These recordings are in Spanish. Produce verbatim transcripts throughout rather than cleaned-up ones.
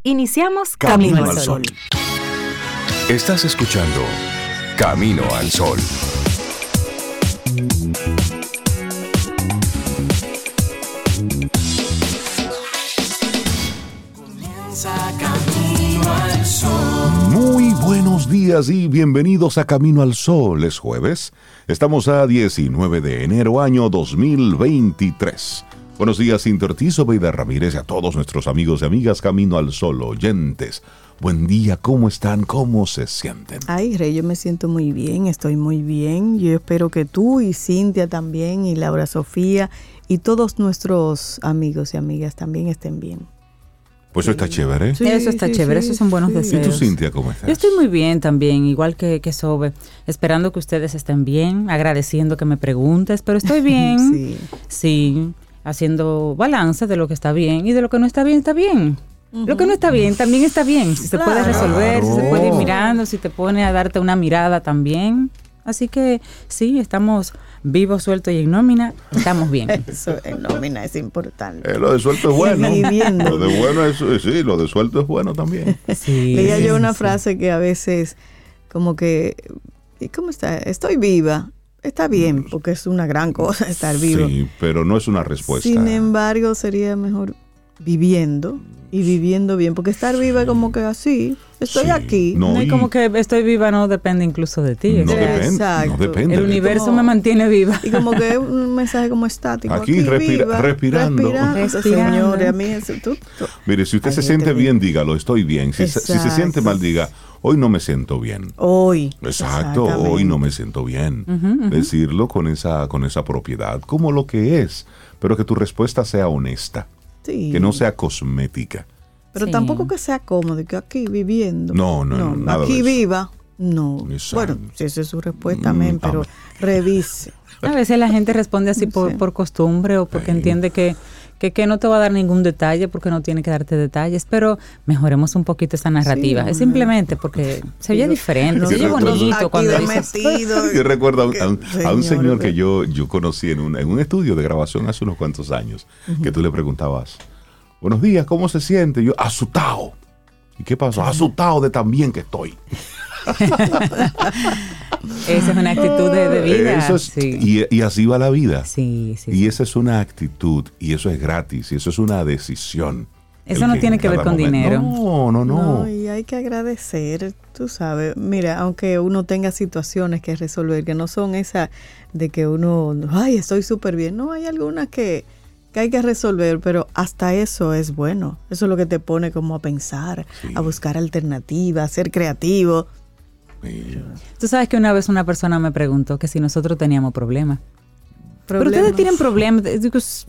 Iniciamos Camino, Camino al Sol. Sol. Estás escuchando Camino al Sol. Muy buenos días y bienvenidos a Camino al Sol. Es jueves. Estamos a diecinueve de enero, año dos mil veintitrés. Buenos días, Cintia Ortiz, Obeida Ramírez y a todos nuestros amigos y amigas Camino al Sol oyentes. Buen día, ¿cómo están? ¿Cómo se sienten? Ay, Rey, yo me siento muy bien, estoy muy bien. Yo espero que tú y Cintia también, y Laura Sofía, y todos nuestros amigos y amigas también estén bien. Pues eso está chévere. Sí, eso está sí, chévere, sí, esos son buenos sí. deseos. ¿Y tú, Cintia, cómo estás? Yo estoy muy bien también, igual que, que Sobe, esperando que ustedes estén bien, agradeciendo que me preguntes, pero estoy bien. sí. Sí, haciendo balance de lo que está bien y de lo que no está bien, está bien. Uh-huh. Lo que no está bien, también está bien. Si claro. se puede resolver, claro. si se puede ir mirando, si te pone a darte una mirada también. Así que sí, estamos vivos, sueltos y en nómina, estamos bien. Eso en nómina es importante. Eh, lo de suelto es bueno. Lo de bueno es, sí, lo de suelto es bueno también. Sí, leía yo una sí. frase que a veces como que, ¿cómo está? Estoy viva. Está bien, porque es una gran cosa estar vivo. Sí, pero no es una respuesta. Sin embargo, sería mejor viviendo y viviendo bien, porque estar viva como que así, estoy sí, aquí. No, no y como que estoy viva no depende incluso de ti. No, depende, no depende. El universo como, me mantiene viva. Y como que es un mensaje como estático. Aquí, aquí respira, viva, respirando. Respirando, respirando. Señores, a mí eso, tú, tú. Mire, si usted Ay, se siente bien, dígalo, estoy bien. Si, si se siente mal, diga, hoy no me siento bien. Hoy. Exacto, hoy no me siento bien. Uh-huh, uh-huh. Decirlo con esa, con esa propiedad, como lo que es, pero que tu respuesta sea honesta. Sí. Que no sea cosmética. Pero sí. tampoco que sea cómodo, que aquí viviendo. No, no, no. no nada aquí de eso. viva, no. Exacto. Bueno, si esa es su respuesta, amén, mm, pero amén. Revise. A veces la gente responde así por, sí. por costumbre o porque sí. entiende que, que, que no te va a dar ningún detalle porque no tiene que darte detalles, pero mejoremos un poquito esa narrativa. Sí, es simplemente porque se oye diferente, se oye bonito cuando dices. Yo recuerdo a un, a un, a un señor que yo, yo conocí en un, en un estudio de grabación hace unos cuantos años, uh-huh. que tú le preguntabas, buenos días, ¿cómo se siente? Yo, asustado. ¿Y qué pasó? Asustado de tan bien que estoy. Esa es una actitud de, de vida. Eso es, sí. y, y así va la vida. Sí, sí, y sí. esa es una actitud, y eso es gratis, y eso es una decisión. Eso no que tiene que ver con momento, dinero. No, no, no, no. Y hay que agradecer, tú sabes. Mira, aunque uno tenga situaciones que resolver, que no son esas de que uno, ay, estoy súper bien. No, hay algunas que... que hay que resolver, pero hasta eso es bueno. Eso es lo que te pone como a pensar, sí. a buscar alternativas, a ser creativo. Sí. Tú sabes que una vez una persona me preguntó que si nosotros teníamos problemas. Pero ustedes tienen problemas. Digo, sí,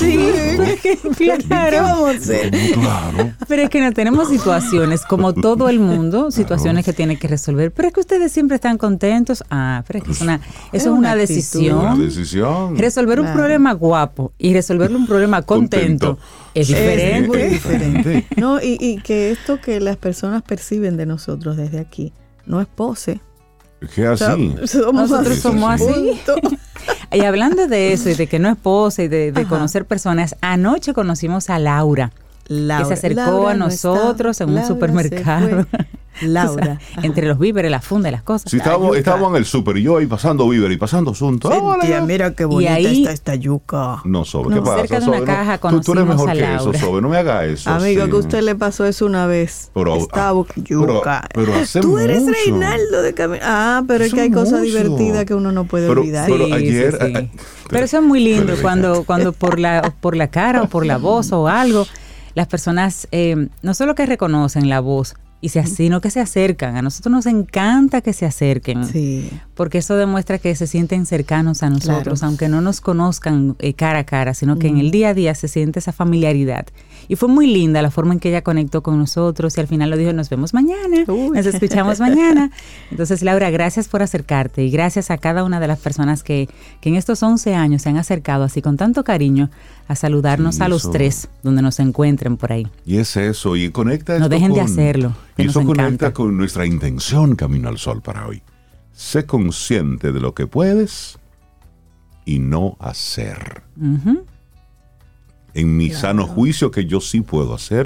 claro. ¿Qué vamos a hacer? Claro. Pero es que no tenemos situaciones, como todo el mundo, situaciones claro. que tienen que resolver. Pero es que ustedes siempre están contentos. Ah, pero es que es una, eso es, es una, una decisión. Una decisión. Resolver claro. un problema guapo y resolver un problema contento, contento. es diferente. Es muy diferente. No, y, y que esto que las personas perciben de nosotros desde aquí no es pose. ¿Qué así? O sea, somos Nosotros así. somos así. Y hablando de eso y de que no es pose y de, de conocer personas, anoche conocimos a Laura, Laura que se acercó Laura a nosotros no en un Laura supermercado. Laura. O sea, entre los víveres, la funda y las cosas. Sí, estábamos, estábamos en el súper y yo ahí pasando víveres y pasando asuntos. Cintia, oh, mira qué bonita ahí, está esta yuca. No, Sobe, ¿qué pasa? Cerca de una Sobe, caja no, conocimos tú, tú eres mejor a que Laura. eso, Sobe, no me hagas eso. Amigo, sí. que a usted le pasó eso una vez. Pero, estaba ah, yuca. Pero, pero hace tú eres mucho. Reinaldo de Camino. Ah, pero eso es que hay mucho. cosas divertidas que uno no puede pero, olvidar. Pero sí, ayer... Sí, sí. A, a, pero eso es muy lindo cuando, cuando por la, por la cara o por la voz o algo, las personas eh, no solo que reconocen la voz, y se, sino que se acercan. A nosotros nos encanta que se acerquen, sí. porque eso demuestra que se sienten cercanos a nosotros, claro. aunque no nos conozcan eh, cara a cara, sino que mm. en el día a día se siente esa familiaridad. Y fue muy linda la forma en que ella conectó con nosotros y al final lo dijo, nos vemos mañana, Uy. nos escuchamos mañana. Entonces, Laura, gracias por acercarte y gracias a cada una de las personas que, que en estos once años se han acercado así con tanto cariño a saludarnos sí, a los eso. tres, donde nos encuentren por ahí. Y es eso, y conecta esto No dejen con, de hacerlo. Y eso encanta. Conecta con nuestra intención Camino al Sol para hoy. Sé consciente de lo que puedes y no hacer. Uh-huh. En mi claro. sano juicio que yo sí puedo hacer,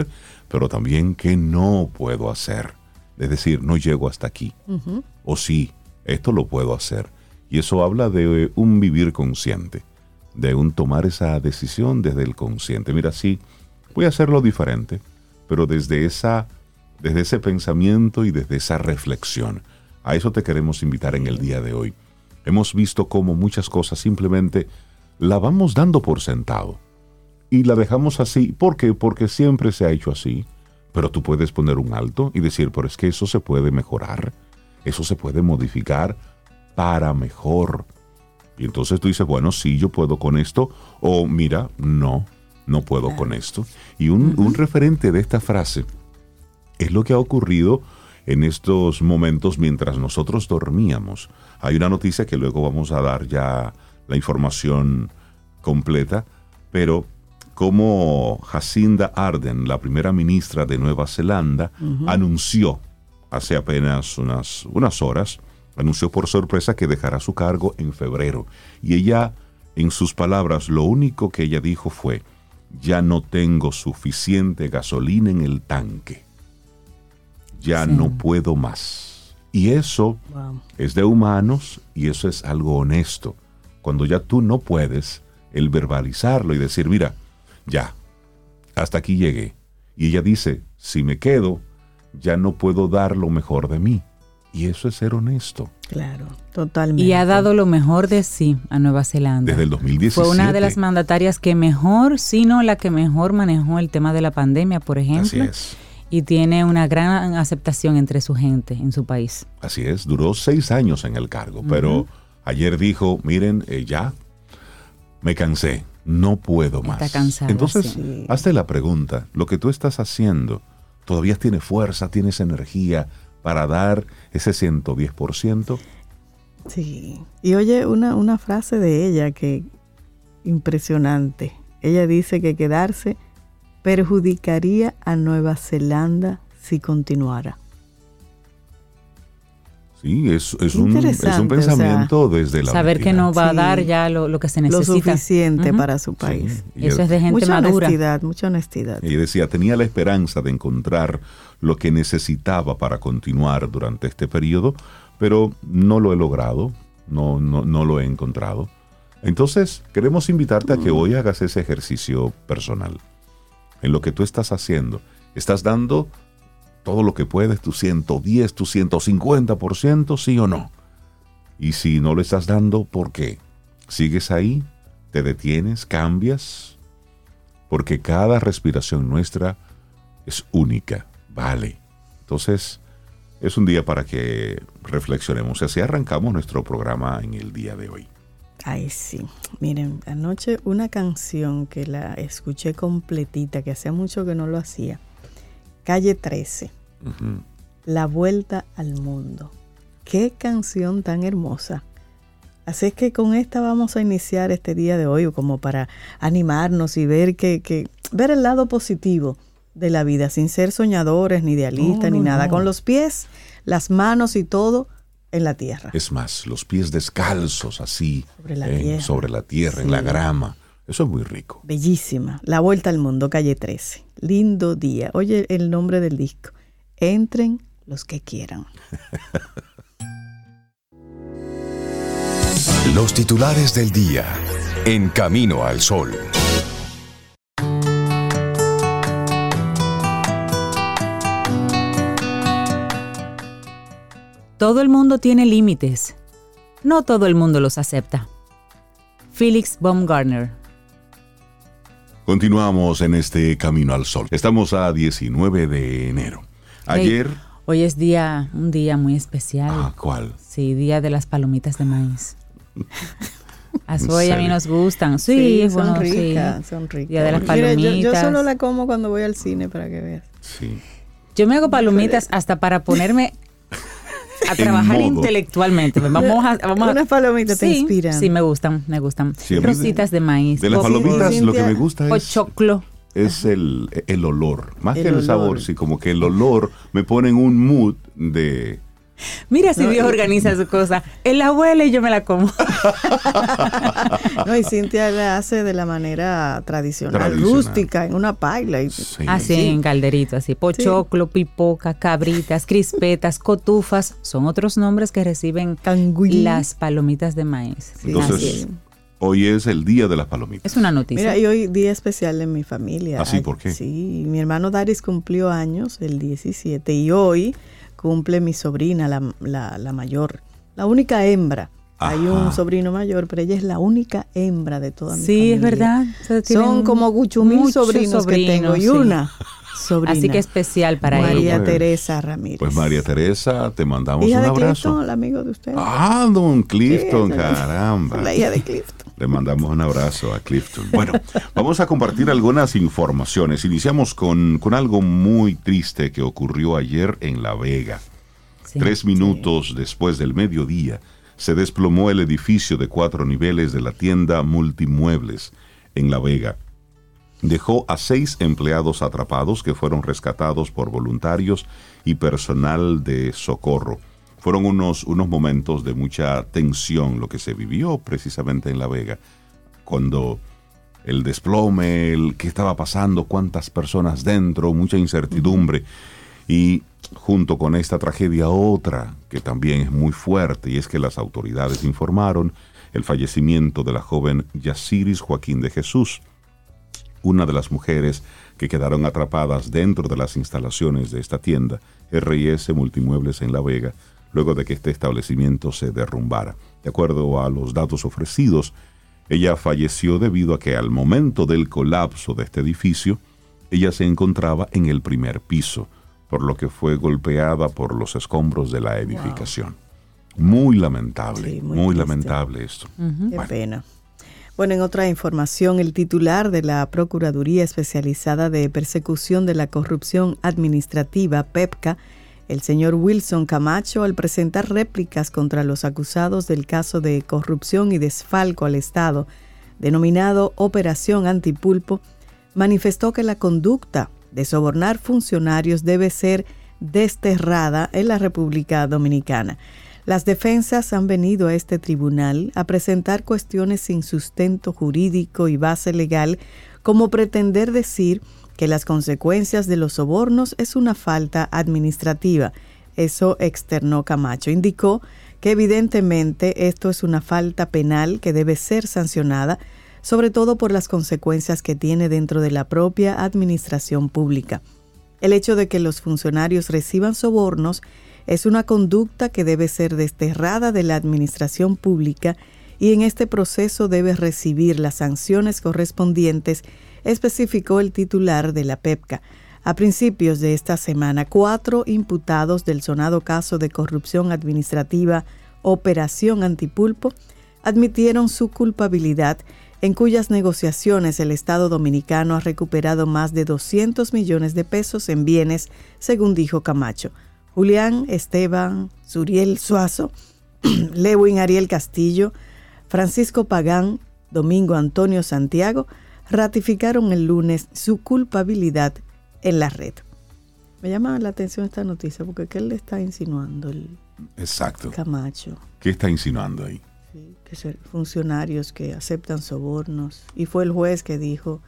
pero también qué no puedo hacer. Es decir, no llego hasta aquí. Uh-huh. O sí, esto lo puedo hacer. Y eso habla de un vivir consciente, de un tomar esa decisión desde el consciente. Mira, sí, voy a hacerlo diferente, pero desde esa, desde ese pensamiento y desde esa reflexión. A eso te queremos invitar en el día de hoy. Hemos visto cómo muchas cosas simplemente la vamos dando por sentado y la dejamos así. ¿Por qué? Porque siempre se ha hecho así. Pero tú puedes poner un alto y decir, pero es que eso se puede mejorar, eso se puede modificar para mejor. Y entonces tú dices, bueno, sí, yo puedo con esto, o mira, no, no puedo con esto. Y un, uh-huh. un referente de esta frase es lo que ha ocurrido en estos momentos mientras nosotros dormíamos. Hay una noticia que luego vamos a dar ya la información completa, pero como Jacinda Ardern, la primera ministra de Nueva Zelanda, uh-huh. anunció hace apenas unas, unas horas, anunció por sorpresa que dejará su cargo en febrero. Y ella, en sus palabras, lo único que ella dijo fue, ya no tengo suficiente gasolina en el tanque. Ya sí. no puedo más. Y eso wow. es de humanos y eso es algo honesto. Cuando ya tú no puedes, el verbalizarlo y decir, mira, ya, hasta aquí llegué. Y ella dice, si me quedo, ya no puedo dar lo mejor de mí. Y eso es ser honesto. Claro, totalmente. Y ha dado lo mejor de sí a Nueva Zelanda. Desde el dos mil diecisiete. Fue una de las mandatarias que mejor, si no la que mejor manejó el tema de la pandemia, por ejemplo. Así es. Y tiene una gran aceptación entre su gente en su país. Así es, duró seis años en el cargo, uh-huh. pero ayer dijo, miren, eh, ya me cansé. No puedo más. Está cansada, Entonces, sí. hazte la pregunta, lo que tú estás haciendo, ¿todavía tienes fuerza, tienes energía para dar ese ciento diez por ciento? Sí. Y oye, una, una frase de ella que impresionante. Ella dice que quedarse perjudicaría a Nueva Zelanda si continuara. Sí, es, es, un, es un pensamiento, o sea, desde la saber mentira. Que no va sí, a dar ya lo, lo que se necesita. Lo suficiente uh-huh. para su país. Sí, eso es de gente mucha madura. Honestidad, mucha honestidad. Y decía, tenía la esperanza de encontrar lo que necesitaba para continuar durante este periodo, pero no lo he logrado, no, no, no lo he encontrado. Entonces, queremos invitarte mm. a que hoy hagas ese ejercicio personal. En lo que tú estás haciendo, estás dando todo lo que puedes, tu ciento diez, tu ciento cincuenta por ciento, sí o no. Y si no lo estás dando, ¿por qué? ¿Sigues ahí? ¿Te detienes? ¿Cambias? Porque cada respiración nuestra es única, vale. Entonces, es un día para que reflexionemos. Y así arrancamos nuestro programa en el día de hoy. Ay, sí. Miren, anoche una canción que la escuché completita, que hacía mucho que no lo hacía. Calle trece, uh-huh. La Vuelta al Mundo. Qué canción tan hermosa. Así es que con esta vamos a iniciar este día de hoy, como para animarnos y ver que, que ver el lado positivo de la vida, sin ser soñadores, ni idealistas, no, ni no, nada. No. Con los pies, las manos y todo en la tierra. Es más, los pies descalzos así, sobre la eh, tierra, sobre la tierra sí. en la grama. Eso es muy rico. Bellísima. La Vuelta al Mundo, Calle trece. Lindo día. Oye el nombre del disco. Entren los que quieran. Los titulares del día en Camino al Sol. Todo el mundo tiene límites. No todo el mundo los acepta. Felix Baumgartner. Continuamos en este Camino al Sol. Estamos a diecinueve de enero. Ayer... Hey, hoy es día, un día muy especial. Ah, ¿cuál? Sí, día de las palomitas de maíz. A Zoe a mí nos gustan. Sí, sí son bueno, ricas, sí. son ricas. Día de las palomitas. Mira, yo, yo solo la como cuando voy al cine para que veas. Sí. Yo me hago palomitas hasta para ponerme a trabajar intelectualmente. Vamos a, vamos a, Unas palomitas sí, te inspiran. Sí, me gustan, me gustan. Sí, Rositas de, de maíz. De las palomitas lo que me gusta es... Pochoclo. Es el, el olor. Más el que el olor. sabor, sí, como que el olor me pone en un mood de, Mira si No, Dios y- organiza su cosa. Él la huele y yo me la como. No, y Cintia la hace de la manera tradicional, Tradicional. rústica, en una paila. Y, Sí. Así en calderito, así. Pochoclo, pipoca, cabritas, crispetas, cotufas. Son otros nombres que reciben Cangüí. las palomitas de maíz. Sí, Entonces, así es. hoy es el día de las palomitas. Es una noticia. Mira, y hoy día especial en mi familia. ¿Ah, sí? Ay, ¿Por qué? Sí, mi hermano Daris cumplió años el diecisiete y hoy cumple mi sobrina, la, la, la mayor, la única hembra. Hay Ajá. un sobrino mayor, pero ella es la única hembra de toda mi Sí, familia. es verdad. O sea, tienen Son como ocho mil muchos sobrinos, que tengo y sí. una sobrina. Así que especial para María ella. Pues, Teresa Ramírez. Pues María Teresa, te mandamos hija un de abrazo. Clifton, el amigo de usted. Ah, don Clifton, Sí, esa es la- caramba. La hija de Clifton. Le mandamos un abrazo a Clifton. Bueno, vamos a compartir algunas informaciones. Iniciamos con, con algo muy triste que ocurrió ayer en La Vega. Sí. Tres minutos después del mediodía, se desplomó el edificio de cuatro niveles de la tienda Multimuebles en La Vega. Dejó a seis empleados atrapados que fueron rescatados por voluntarios y personal de socorro. Fueron unos, unos momentos de mucha tensión lo que se vivió precisamente en La Vega, cuando el desplome, el qué estaba pasando, cuántas personas dentro, mucha incertidumbre. Y junto con esta tragedia otra que también es muy fuerte, y es que las autoridades informaron el fallecimiento de la joven Yaciris Joaquín de Jesús, una de las mujeres que quedaron atrapadas dentro de las instalaciones de esta tienda R y S Multimuebles en La Vega, luego de que este establecimiento se derrumbara. De acuerdo a los datos ofrecidos, ella falleció debido a que al momento del colapso de este edificio, ella se encontraba en el primer piso, por lo que fue golpeada por los escombros de la edificación. Muy lamentable, Sí, muy, muy triste. lamentable esto. Qué Bueno. pena. Bueno, en otra información, el titular de la Procuraduría Especializada de Persecución de la Corrupción Administrativa, PEPCA, el señor Wilson Camacho, al presentar réplicas contra los acusados del caso de corrupción y desfalco al Estado, denominado Operación Antipulpo, manifestó que la conducta de sobornar funcionarios debe ser desterrada en la República Dominicana. Las defensas han venido a este tribunal a presentar cuestiones sin sustento jurídico y base legal, como pretender decir que las consecuencias de los sobornos es una falta administrativa. Eso externó Camacho. Indicó que evidentemente esto es una falta penal que debe ser sancionada, sobre todo por las consecuencias que tiene dentro de la propia administración pública. El hecho de que los funcionarios reciban sobornos es una conducta que debe ser desterrada de la administración pública y en este proceso debe recibir las sanciones correspondientes, especificó el titular de la PEPCA. A principios de esta semana, cuatro imputados del sonado caso de corrupción administrativa Operación Antipulpo admitieron su culpabilidad, en cuyas negociaciones el Estado dominicano ha recuperado más de doscientos millones de pesos en bienes, según dijo Camacho. Julián Esteban Suriel Suazo, Lewin Ariel Castillo, Francisco Pagán, Domingo Antonio Santiago, ratificaron el lunes su culpabilidad en la red. Me llama la atención esta noticia porque ¿qué le está insinuando el Exacto. Camacho? ¿Qué está insinuando ahí? Sí, que son funcionarios que aceptan sobornos. Y fue el juez que dijo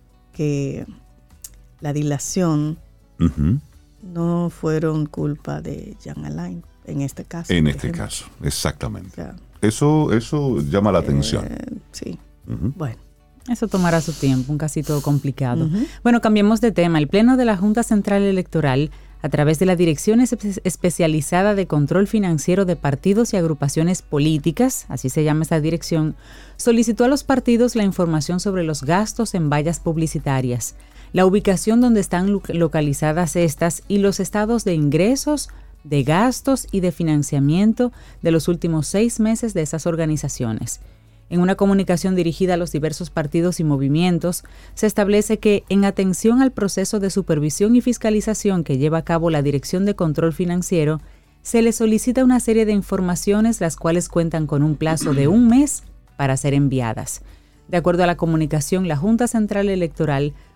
que la dilación Ujú. no fueron culpa de Jean Alain, en este caso. En por este ejemplo. caso, exactamente. O sea, Eso, eso llama la atención. eh, sí, Ujú. bueno. Eso tomará su tiempo, un casito complicado. Ujú. Bueno, cambiemos de tema. El Pleno de la Junta Central Electoral, a través de la Dirección Espe- Especializada de Control Financiero de Partidos y Agrupaciones Políticas, así se llama esa dirección, solicitó a los partidos la información sobre los gastos en vallas publicitarias, la ubicación donde están lo- localizadas estas y los estados de ingresos, de gastos y de financiamiento de los últimos seis meses de esas organizaciones. En una comunicación dirigida a los diversos partidos y movimientos, se establece que, en atención al proceso de supervisión y fiscalización que lleva a cabo la Dirección de Control Financiero, se le solicita una serie de informaciones las cuales cuentan con un plazo de un mes para ser enviadas. De acuerdo a la comunicación, la Junta Central Electoral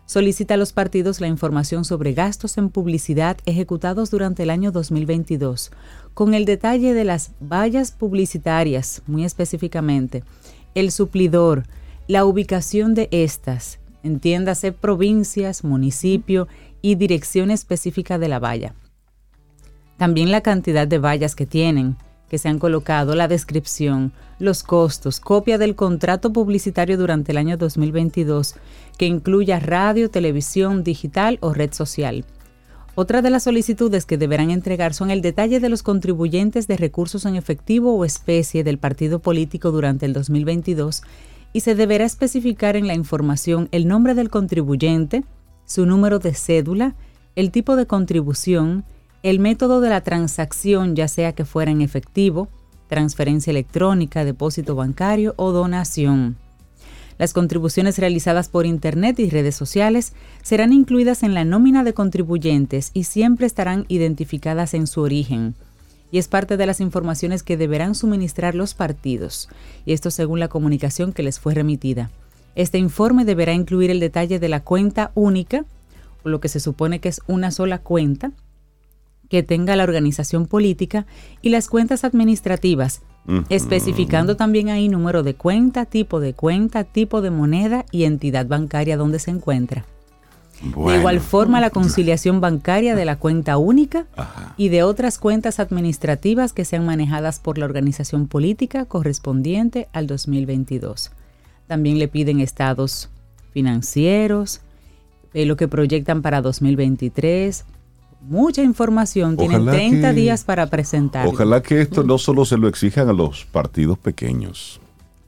solicita a los partidos la información sobre gastos en publicidad ejecutados durante el año dos mil veintidós, con el detalle de las vallas publicitarias, muy específicamente, el suplidor, la ubicación de estas, entiéndase provincias, municipio y dirección específica de la valla. También la cantidad de vallas que tienen, que se han colocado, la descripción, los costos, copia del contrato publicitario durante el año dos mil veintidós, que incluya radio, televisión, digital o red social. Otra de las solicitudes que deberán entregar son el detalle de los contribuyentes de recursos en efectivo o especie del partido político durante el dos mil veintidós y se deberá especificar en la información el nombre del contribuyente, su número de cédula, el tipo de contribución, el método de la transacción, ya sea que fuera en efectivo, transferencia electrónica, depósito bancario o donación. Las contribuciones realizadas por Internet y redes sociales serán incluidas en la nómina de contribuyentes y siempre estarán identificadas en su origen. Y es parte de las informaciones que deberán suministrar los partidos, y esto según la comunicación que les fue remitida. Este informe deberá incluir el detalle de la cuenta única, o lo que se supone que es una sola cuenta, que tenga la organización política y las cuentas administrativas, uh-huh. especificando también ahí número de cuenta, tipo de cuenta, tipo de moneda y entidad bancaria donde se encuentra. Bueno. De igual forma, la conciliación bancaria de la cuenta única Ajá. y de otras cuentas administrativas que sean manejadas por la organización política correspondiente al dos mil veintidós. También le piden estados financieros, eh, lo que proyectan para dos mil veintitrés. Mucha información, tienen ojalá treinta que, días para presentarlo. Ojalá que esto no solo se lo exijan a los partidos pequeños.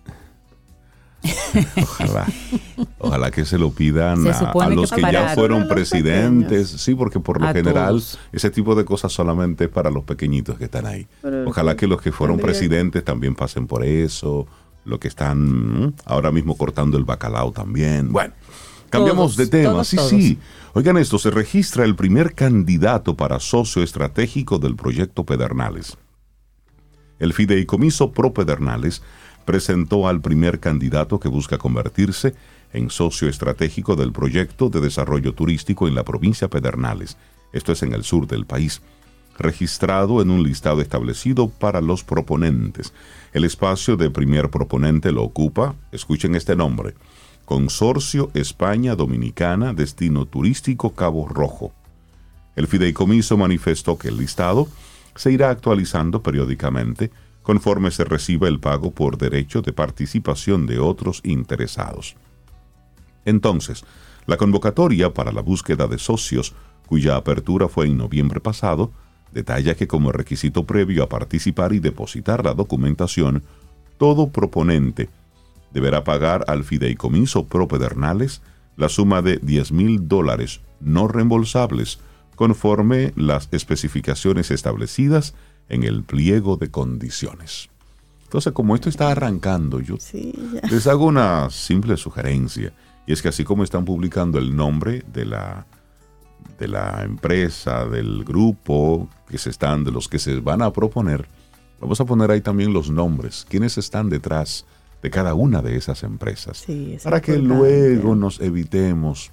Ojalá. Ojalá que se lo pidan se a, a los que, que ya fueron presidentes. Pequeños. Sí, porque por lo a general todos. Ese tipo de cosas solamente es para los pequeñitos que están ahí. Pero ojalá que los que fueron también. presidentes también pasen por eso. Los que están ahora mismo cortando el bacalao también. Bueno. Cambiamos todos, de tema, todos, sí, todos. sí. Oigan esto, se registra el primer candidato para socio estratégico del proyecto Pedernales. El Fideicomiso Pro Pedernales presentó al primer candidato que busca convertirse en socio estratégico del proyecto de desarrollo turístico en la provincia Pedernales, esto es en el sur del país, registrado en un listado establecido para los proponentes. El espacio de primer proponente lo ocupa, escuchen este nombre, Consorcio España Dominicana Destino Turístico Cabo Rojo. El fideicomiso manifestó que el listado se irá actualizando periódicamente conforme se reciba el pago por derecho de participación de otros interesados. Entonces, la convocatoria para la búsqueda de socios, cuya apertura fue en noviembre pasado, detalla que como requisito previo a participar y depositar la documentación, todo proponente deberá pagar al Fideicomiso Pro Pedernales la suma de diez mil dólares no reembolsables, conforme las especificaciones establecidas en el pliego de condiciones. Entonces, como esto está arrancando, yo sí, les hago una simple sugerencia, y es que así como están publicando el nombre de la, de la empresa, del grupo, que se están, de los que se van a proponer, vamos a poner ahí también los nombres, quiénes están detrás de cada una de esas empresas, sí, para que luego nos evitemos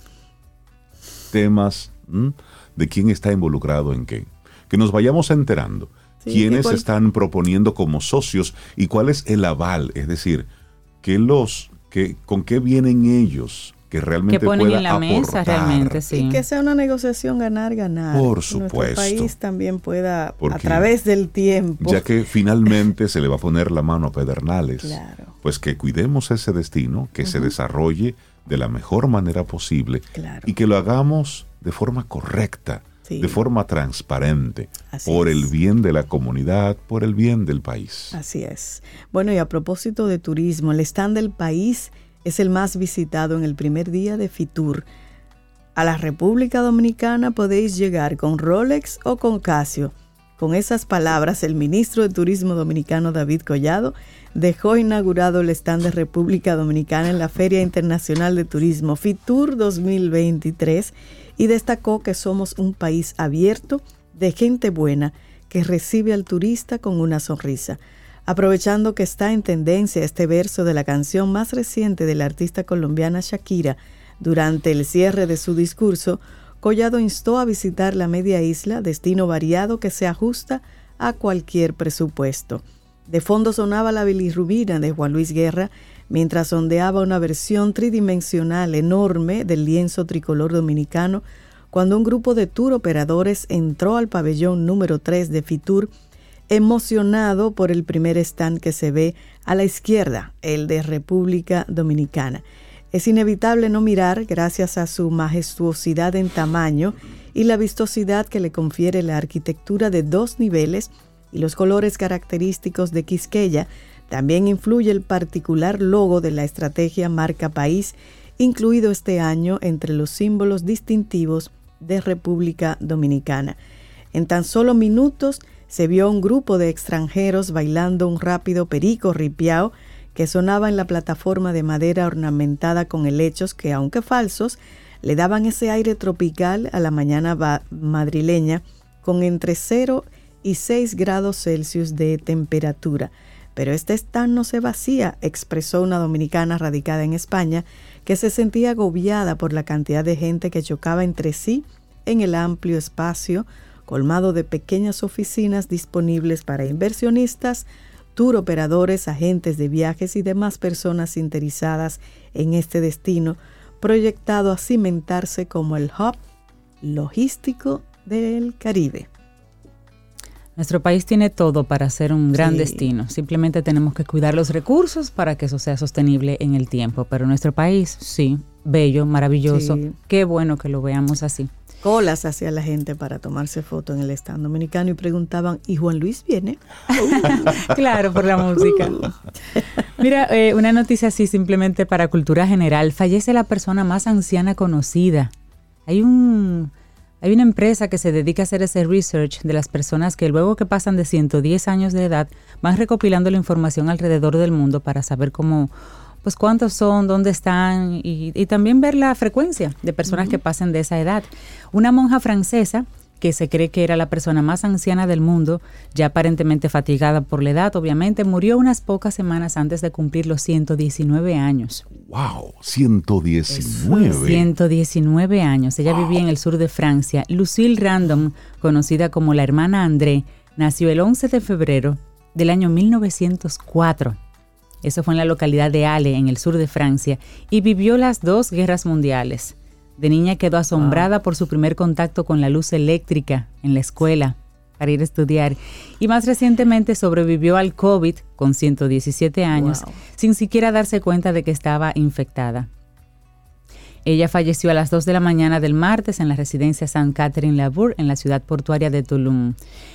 temas ¿m? de quién está involucrado en qué, que nos vayamos enterando sí, quiénes cual... están proponiendo como socios y cuál es el aval, es decir, que los, que, con qué vienen ellos, que realmente que ponen pueda en la aportar. Mesa realmente, sí. Y que sea una negociación ganar-ganar. Por supuesto. Nuestro país también pueda, porque a través del tiempo. Ya que finalmente se le va a poner la mano a Pedernales. Claro. Pues que cuidemos ese destino, que uh-huh. se desarrolle de la mejor manera posible. Claro. Y que lo hagamos de forma correcta, sí. de forma transparente, Así por es. el bien de la comunidad, por el bien del país. Así es. Bueno, y a propósito de turismo, el stand del país es el más visitado en el primer día de Fitur. A la República Dominicana podéis llegar con Rolex o con Casio. Con esas palabras, el ministro de Turismo dominicano David Collado dejó inaugurado el stand de República Dominicana en la Feria Internacional de Turismo Fitur dos mil veintitrés y destacó que somos un país abierto, de gente buena, que recibe al turista con una sonrisa. Aprovechando que está en tendencia este verso de la canción más reciente de la artista colombiana Shakira, Durante el cierre de su discurso, Collado instó a visitar la media isla, destino variado que se ajusta a cualquier presupuesto. De fondo sonaba la bilirrubina de Juan Luis Guerra, mientras ondeaba una versión tridimensional enorme del lienzo tricolor dominicano, cuando un grupo de tour operadores entró al pabellón número tres de Fitur, emocionado por el primer stand que se ve a la izquierda, el de República Dominicana. Es inevitable no mirar, gracias a su majestuosidad en tamaño y la vistosidad que le confiere la arquitectura de dos niveles y los colores característicos de Quisqueya. También influye el particular logo de la estrategia Marca País, incluido este año entre los símbolos distintivos de República Dominicana. En tan solo minutos se vio un grupo de extranjeros bailando un rápido perico ripiao que sonaba en la plataforma de madera ornamentada con helechos que, aunque falsos, le daban ese aire tropical a la mañana madrileña, con entre cero y seis grados Celsius de temperatura. Pero este stand no se vacía, expresó una dominicana radicada en España, que se sentía agobiada por la cantidad de gente que chocaba entre sí en el amplio espacio, colmado de pequeñas oficinas disponibles para inversionistas, tour operadores, agentes de viajes y demás personas interesadas en este destino, proyectado a cimentarse como el hub logístico del Caribe. Nuestro país tiene todo para ser un gran Sí. destino. Simplemente tenemos que cuidar los recursos para que eso sea sostenible en el tiempo. Pero nuestro país, sí, bello, maravilloso. Sí. Qué bueno que lo veamos así. Colas hacía la gente para tomarse foto en el stand dominicano y preguntaban, ¿y Juan Luis viene? Claro, por la música. Mira, eh, una noticia así simplemente para cultura general. Fallece la persona más anciana conocida. Hay un... Hay una empresa que se dedica a hacer ese research de las personas que luego que pasan de ciento diez años de edad van recopilando la información alrededor del mundo para saber cómo, pues cuántos son, dónde están y, y también ver la frecuencia de personas uh-huh. que pasen de esa edad. Una monja francesa que se cree que era la persona más anciana del mundo, ya aparentemente fatigada por la edad, obviamente, murió unas pocas semanas antes de cumplir los ciento diecinueve años. ¡Wow! ciento diecinueve. ciento diecinueve años. Ella wow. vivía en el sur de Francia. Lucille Random, conocida como la hermana André, nació el once de febrero del año mil novecientos cuatro. Eso fue en la localidad de Ale, en el sur de Francia, y vivió las dos guerras mundiales. De niña quedó asombrada wow. por su primer contacto con la luz eléctrica en la escuela para ir a estudiar. Y más recientemente sobrevivió al COVID con ciento diecisiete años, wow. sin siquiera darse cuenta de que estaba infectada. Ella falleció a las dos de la mañana del martes en la residencia Saint Catherine-Labour en la ciudad portuaria de Toulon.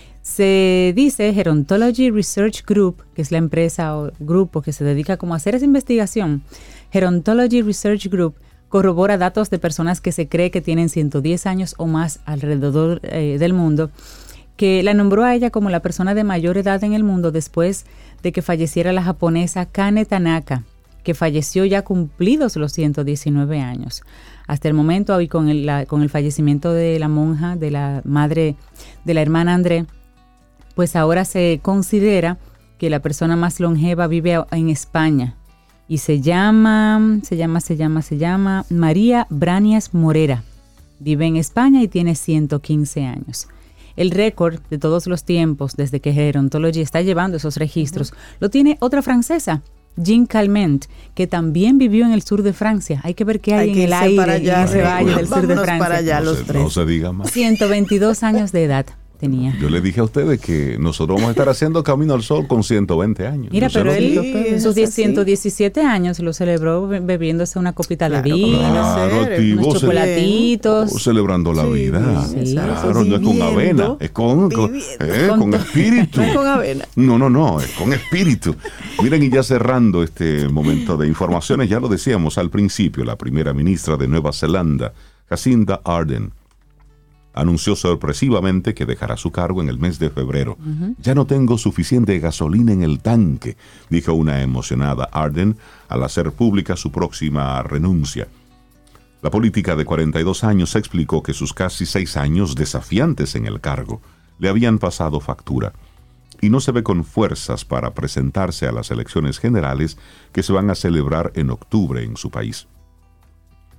Se dice Gerontology Research Group, que es la empresa o grupo que se dedica como a hacer esa investigación. Gerontology Research Group corrobora datos de personas que se cree que tienen ciento diez años o más alrededor eh, del mundo, que la nombró a ella como la persona de mayor edad en el mundo después de que falleciera la japonesa Kane Tanaka, que falleció ya cumplidos los ciento diecinueve años. Hasta el momento, hoy con el, la, con el fallecimiento de la monja, de la madre de la hermana André, pues ahora se considera que la persona más longeva vive en España. Y se llama, se llama, se llama, se llama María Branias Morera. Vive en España y tiene ciento quince años. El récord de todos los tiempos, desde que Gerontology está llevando esos registros, uh-huh. lo tiene otra francesa, Jean Calment, que también vivió en el sur de Francia. Hay que ver qué hay, hay en el aire, para allá, en ese valle del sur de Francia. Para allá, los no, se, tres. no se diga más. ciento veintidós años de edad tenía. Yo le dije a ustedes que nosotros vamos a estar haciendo Camino al Sol con ciento veinte años. Mira, no pero él sí, sus ciento diecisiete años lo celebró bebiéndose una copita claro, de vino, claro, unos chocolatitos. Ce- celebrando la sí, vida. Sí, claro, no es con avena, es con, con, eh, con, con espíritu. No es con avena. No, no, no, es con espíritu. Miren, y ya cerrando este momento de informaciones, ya lo decíamos al principio, la primera ministra de Nueva Zelanda, Jacinda Ardern, anunció sorpresivamente que dejará su cargo en el mes de febrero. Uh-huh. Ya no tengo suficiente gasolina en el tanque, dijo una emocionada Ardern al hacer pública su próxima renuncia. La política de cuarenta y dos años explicó que sus casi seis años desafiantes en el cargo le habían pasado factura y no se ve con fuerzas para presentarse a las elecciones generales que se van a celebrar en octubre en su país.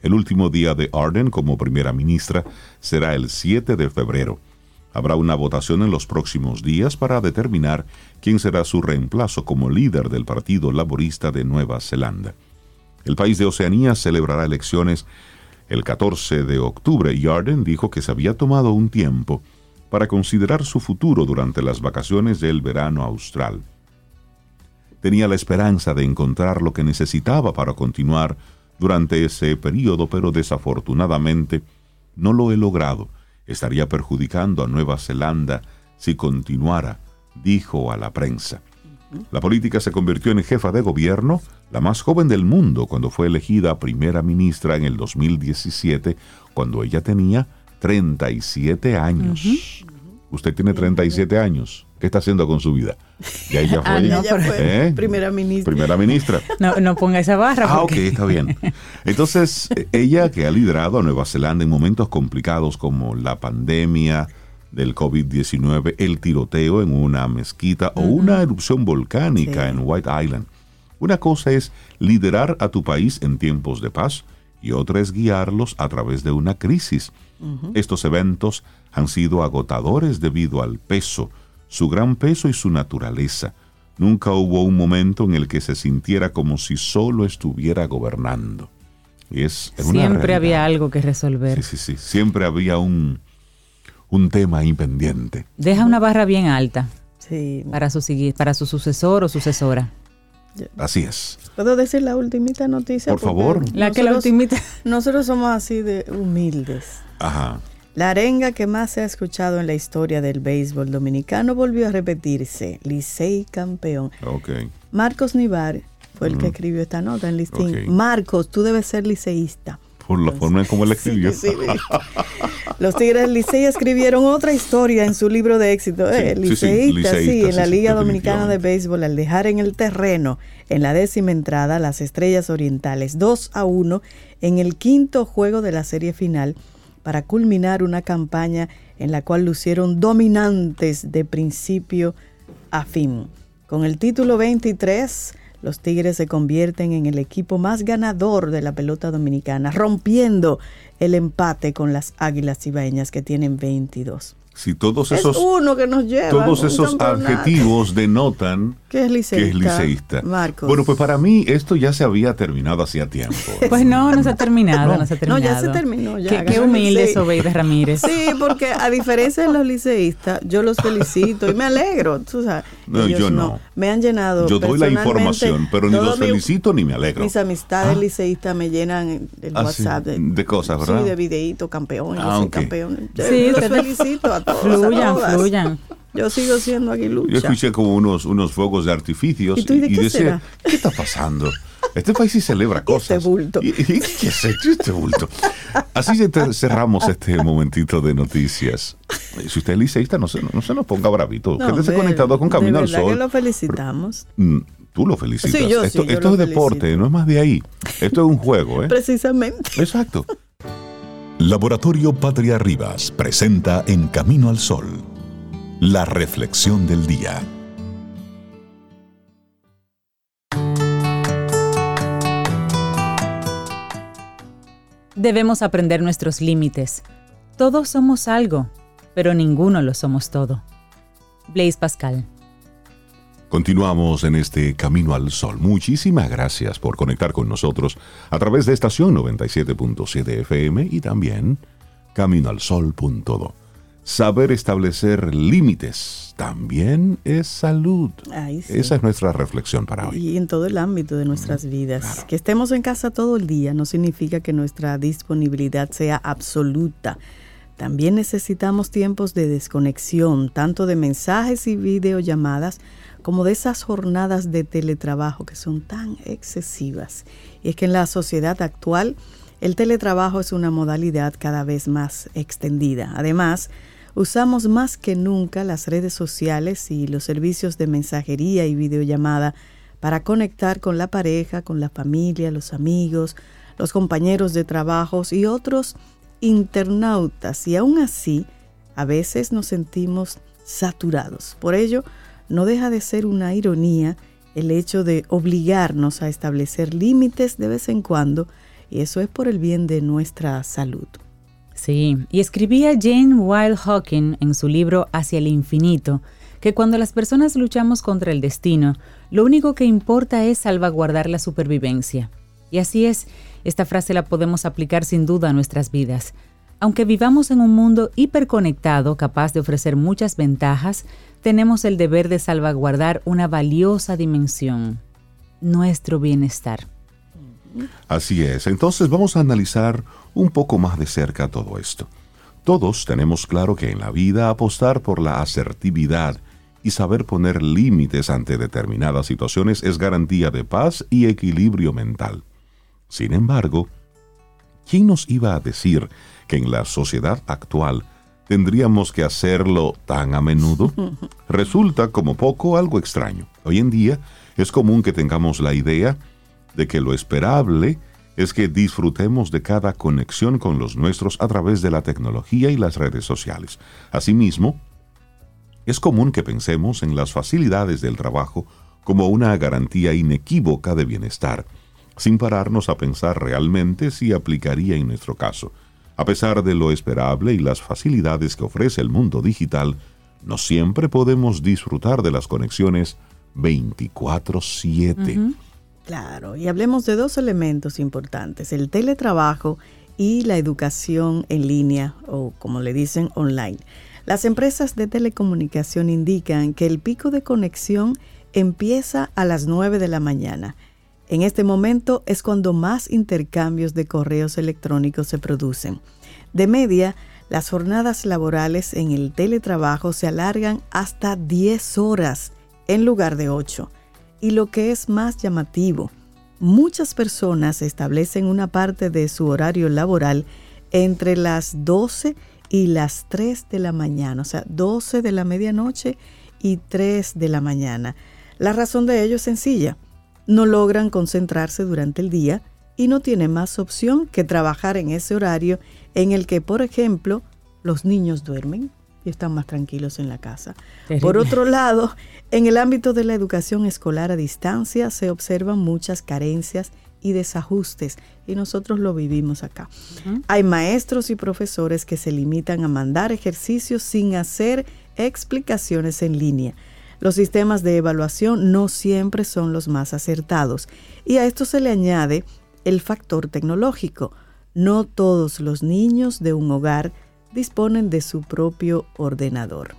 El último día de Ardern como primera ministra será el siete de febrero. Habrá una votación en los próximos días para determinar quién será su reemplazo como líder del Partido Laborista de Nueva Zelanda. El país de Oceanía celebrará elecciones el catorce de octubre y Ardern dijo que se había tomado un tiempo para considerar su futuro durante las vacaciones del verano austral. Tenía la esperanza de encontrar lo que necesitaba para continuar durante ese periodo, pero desafortunadamente no lo he logrado. Estaría perjudicando a Nueva Zelanda si continuara, dijo a la prensa. La política se convirtió en jefa de gobierno, la más joven del mundo, cuando fue elegida primera ministra en el dos mil diecisiete, cuando ella tenía treinta y siete años. Uh-huh. Usted tiene treinta y siete años. ¿Qué está haciendo con su vida? Ya ella fue, ah, no, ella fue ¿eh? primera ministra. Primera ministra. No, no ponga esa barra. Ah, porque... ok, está bien. Entonces, ella que ha liderado a Nueva Zelanda en momentos complicados como la pandemia del covid diecinueve, el tiroteo en una mezquita uh-huh. o una erupción volcánica sí. en White Island. Una cosa es liderar a tu país en tiempos de paz y otra es guiarlos a través de una crisis. Uh-huh. Estos eventos han sido agotadores debido al peso, su gran peso y su naturaleza. Nunca hubo un momento en el que se sintiera como si solo estuviera gobernando. Y es, es Siempre había algo que resolver. Sí, sí, sí. Siempre había un, un tema impendiente. Deja una barra bien alta sí. para, su, para su sucesor o sucesora. Así es. ¿Puedo decir la ultimita noticia? Por favor. La que la ultimita. Nosotros somos así de humildes. Ajá. La arenga que más se ha escuchado en la historia del béisbol dominicano volvió a repetirse. Licey campeón. Okay. Marcos Nivar fue el mm. que escribió esta nota en listín. Okay. Marcos, tú debes ser liceísta. Por la Entonces, forma en cómo él escribió. Sí, sí, sí. Los Tigres del Licey escribieron otra historia en su libro de éxito. Sí, eh, liceísta, sí, sí, liceísta, sí, en la sí, Liga sí, Dominicana de Béisbol, al dejar en el terreno, en la décima entrada, las Estrellas Orientales, dos a uno, en el quinto juego de la serie final, para culminar una campaña en la cual lucieron dominantes de principio a fin. Con el título veintitrés, los Tigres se convierten en el equipo más ganador de la pelota dominicana, rompiendo el empate con las Águilas Cibaeñas, que tienen veintidós. Si todos esos, es uno que nos lleva todos esos adjetivos denotan que es liceísta, que es liceísta. Marcos. Bueno, pues para mí esto ya se había terminado hacía tiempo. Pues no, no se ha terminado, no, no se ha terminado. No, ya se terminó. Ya, qué, qué humilde es Obeida Ramírez. Sí, porque a diferencia de los liceístas, yo los felicito y me alegro. Tú sabes, no, yo no. no. Me han llenado. Yo doy la información, pero ni los felicito mi, ni me alegro. Mis amistades ¿Ah? liceístas me llenan el ah, WhatsApp. Sí, de, de cosas, ¿verdad? Sí, de videíto, campeón, ah, yo soy okay. campeón. Sí, los felicito a todos. Fluyan, a todas. fluyan. Yo sigo siendo aguilucha. Yo escuché como unos, unos fuegos de artificios y, tú, ¿y, de y qué decía, será? ¿qué está pasando? Este país sí celebra cosas. Este bulto. ¿Y, y, qué es este bulto? Así cerramos este momentito de noticias. Si usted es liceísta, no se, no, no se nos ponga bravito. No, Quédese conectado con Camino al Sol. Que lo felicitamos. Tú lo felicitas. Sí, yo, esto sí, yo esto es deporte, felicito. No es más de ahí. Esto es un juego, ¿eh? Precisamente. Exacto. Laboratorio Patria Rivas presenta En Camino al Sol, la reflexión del día. Debemos aprender nuestros límites. Todos somos algo, pero ninguno lo somos todo. Blaise Pascal. Continuamos en este Camino al Sol. Muchísimas gracias por conectar con nosotros a través de estación noventa y siete punto siete F M y también camino al sol punto do. Saber establecer límites también es salud. Ay, sí. Esa es nuestra reflexión para hoy. Y en todo el ámbito de nuestras vidas. Claro. Que estemos en casa todo el día no significa que nuestra disponibilidad sea absoluta. También necesitamos tiempos de desconexión, tanto de mensajes y videollamadas, como de esas jornadas de teletrabajo que son tan excesivas. Y es que en la sociedad actual, el teletrabajo es una modalidad cada vez más extendida. Además, usamos más que nunca las redes sociales y los servicios de mensajería y videollamada para conectar con la pareja, con la familia, los amigos, los compañeros de trabajos y otros internautas. Y aún así, a veces nos sentimos saturados. Por ello, no deja de ser una ironía el hecho de obligarnos a establecer límites de vez en cuando y eso es por el bien de nuestra salud. Sí, y escribía Jane Wilde Hawking en su libro Hacia el infinito, que cuando las personas luchamos contra el destino, lo único que importa es salvaguardar la supervivencia. Y así es, esta frase la podemos aplicar sin duda a nuestras vidas. Aunque vivamos en un mundo hiperconectado, capaz de ofrecer muchas ventajas, tenemos el deber de salvaguardar una valiosa dimensión, nuestro bienestar. Así es, entonces vamos a analizar un poco más de cerca todo esto. Todos tenemos claro que en la vida apostar por la asertividad y saber poner límites ante determinadas situaciones es garantía de paz y equilibrio mental. Sin embargo, ¿quién nos iba a decir que en la sociedad actual tendríamos que hacerlo tan a menudo? Resulta como poco algo extraño. Hoy en día es común que tengamos la idea de que lo esperable es que disfrutemos de cada conexión con los nuestros a través de la tecnología y las redes sociales. Asimismo, es común que pensemos en las facilidades del trabajo como una garantía inequívoca de bienestar, sin pararnos a pensar realmente si aplicaría en nuestro caso. A pesar de lo esperable y las facilidades que ofrece el mundo digital, no siempre podemos disfrutar de las conexiones veinticuatro siete. Uh-huh. Claro, y hablemos de dos elementos importantes, el teletrabajo y la educación en línea, o como le dicen, online. Las empresas de telecomunicación indican que el pico de conexión empieza a las nueve de la mañana. En este momento es cuando más intercambios de correos electrónicos se producen. De media, las jornadas laborales en el teletrabajo se alargan hasta diez horas en lugar de ocho. Y lo que es más llamativo, muchas personas establecen una parte de su horario laboral entre las doce y las tres de la mañana, o sea, doce de la medianoche y tres de la mañana. La razón de ello es sencilla, no logran concentrarse durante el día y no tienen más opción que trabajar en ese horario en el que, por ejemplo, los niños duermen y están más tranquilos en la casa. Terrible. Por otro lado, en el ámbito de la educación escolar a distancia se observan muchas carencias y desajustes, y nosotros lo vivimos acá. Uh-huh. Hay maestros y profesores que se limitan a mandar ejercicios sin hacer explicaciones en línea. Los sistemas de evaluación no siempre son los más acertados, y a esto se le añade el factor tecnológico. No todos los niños de un hogar disponen de su propio ordenador.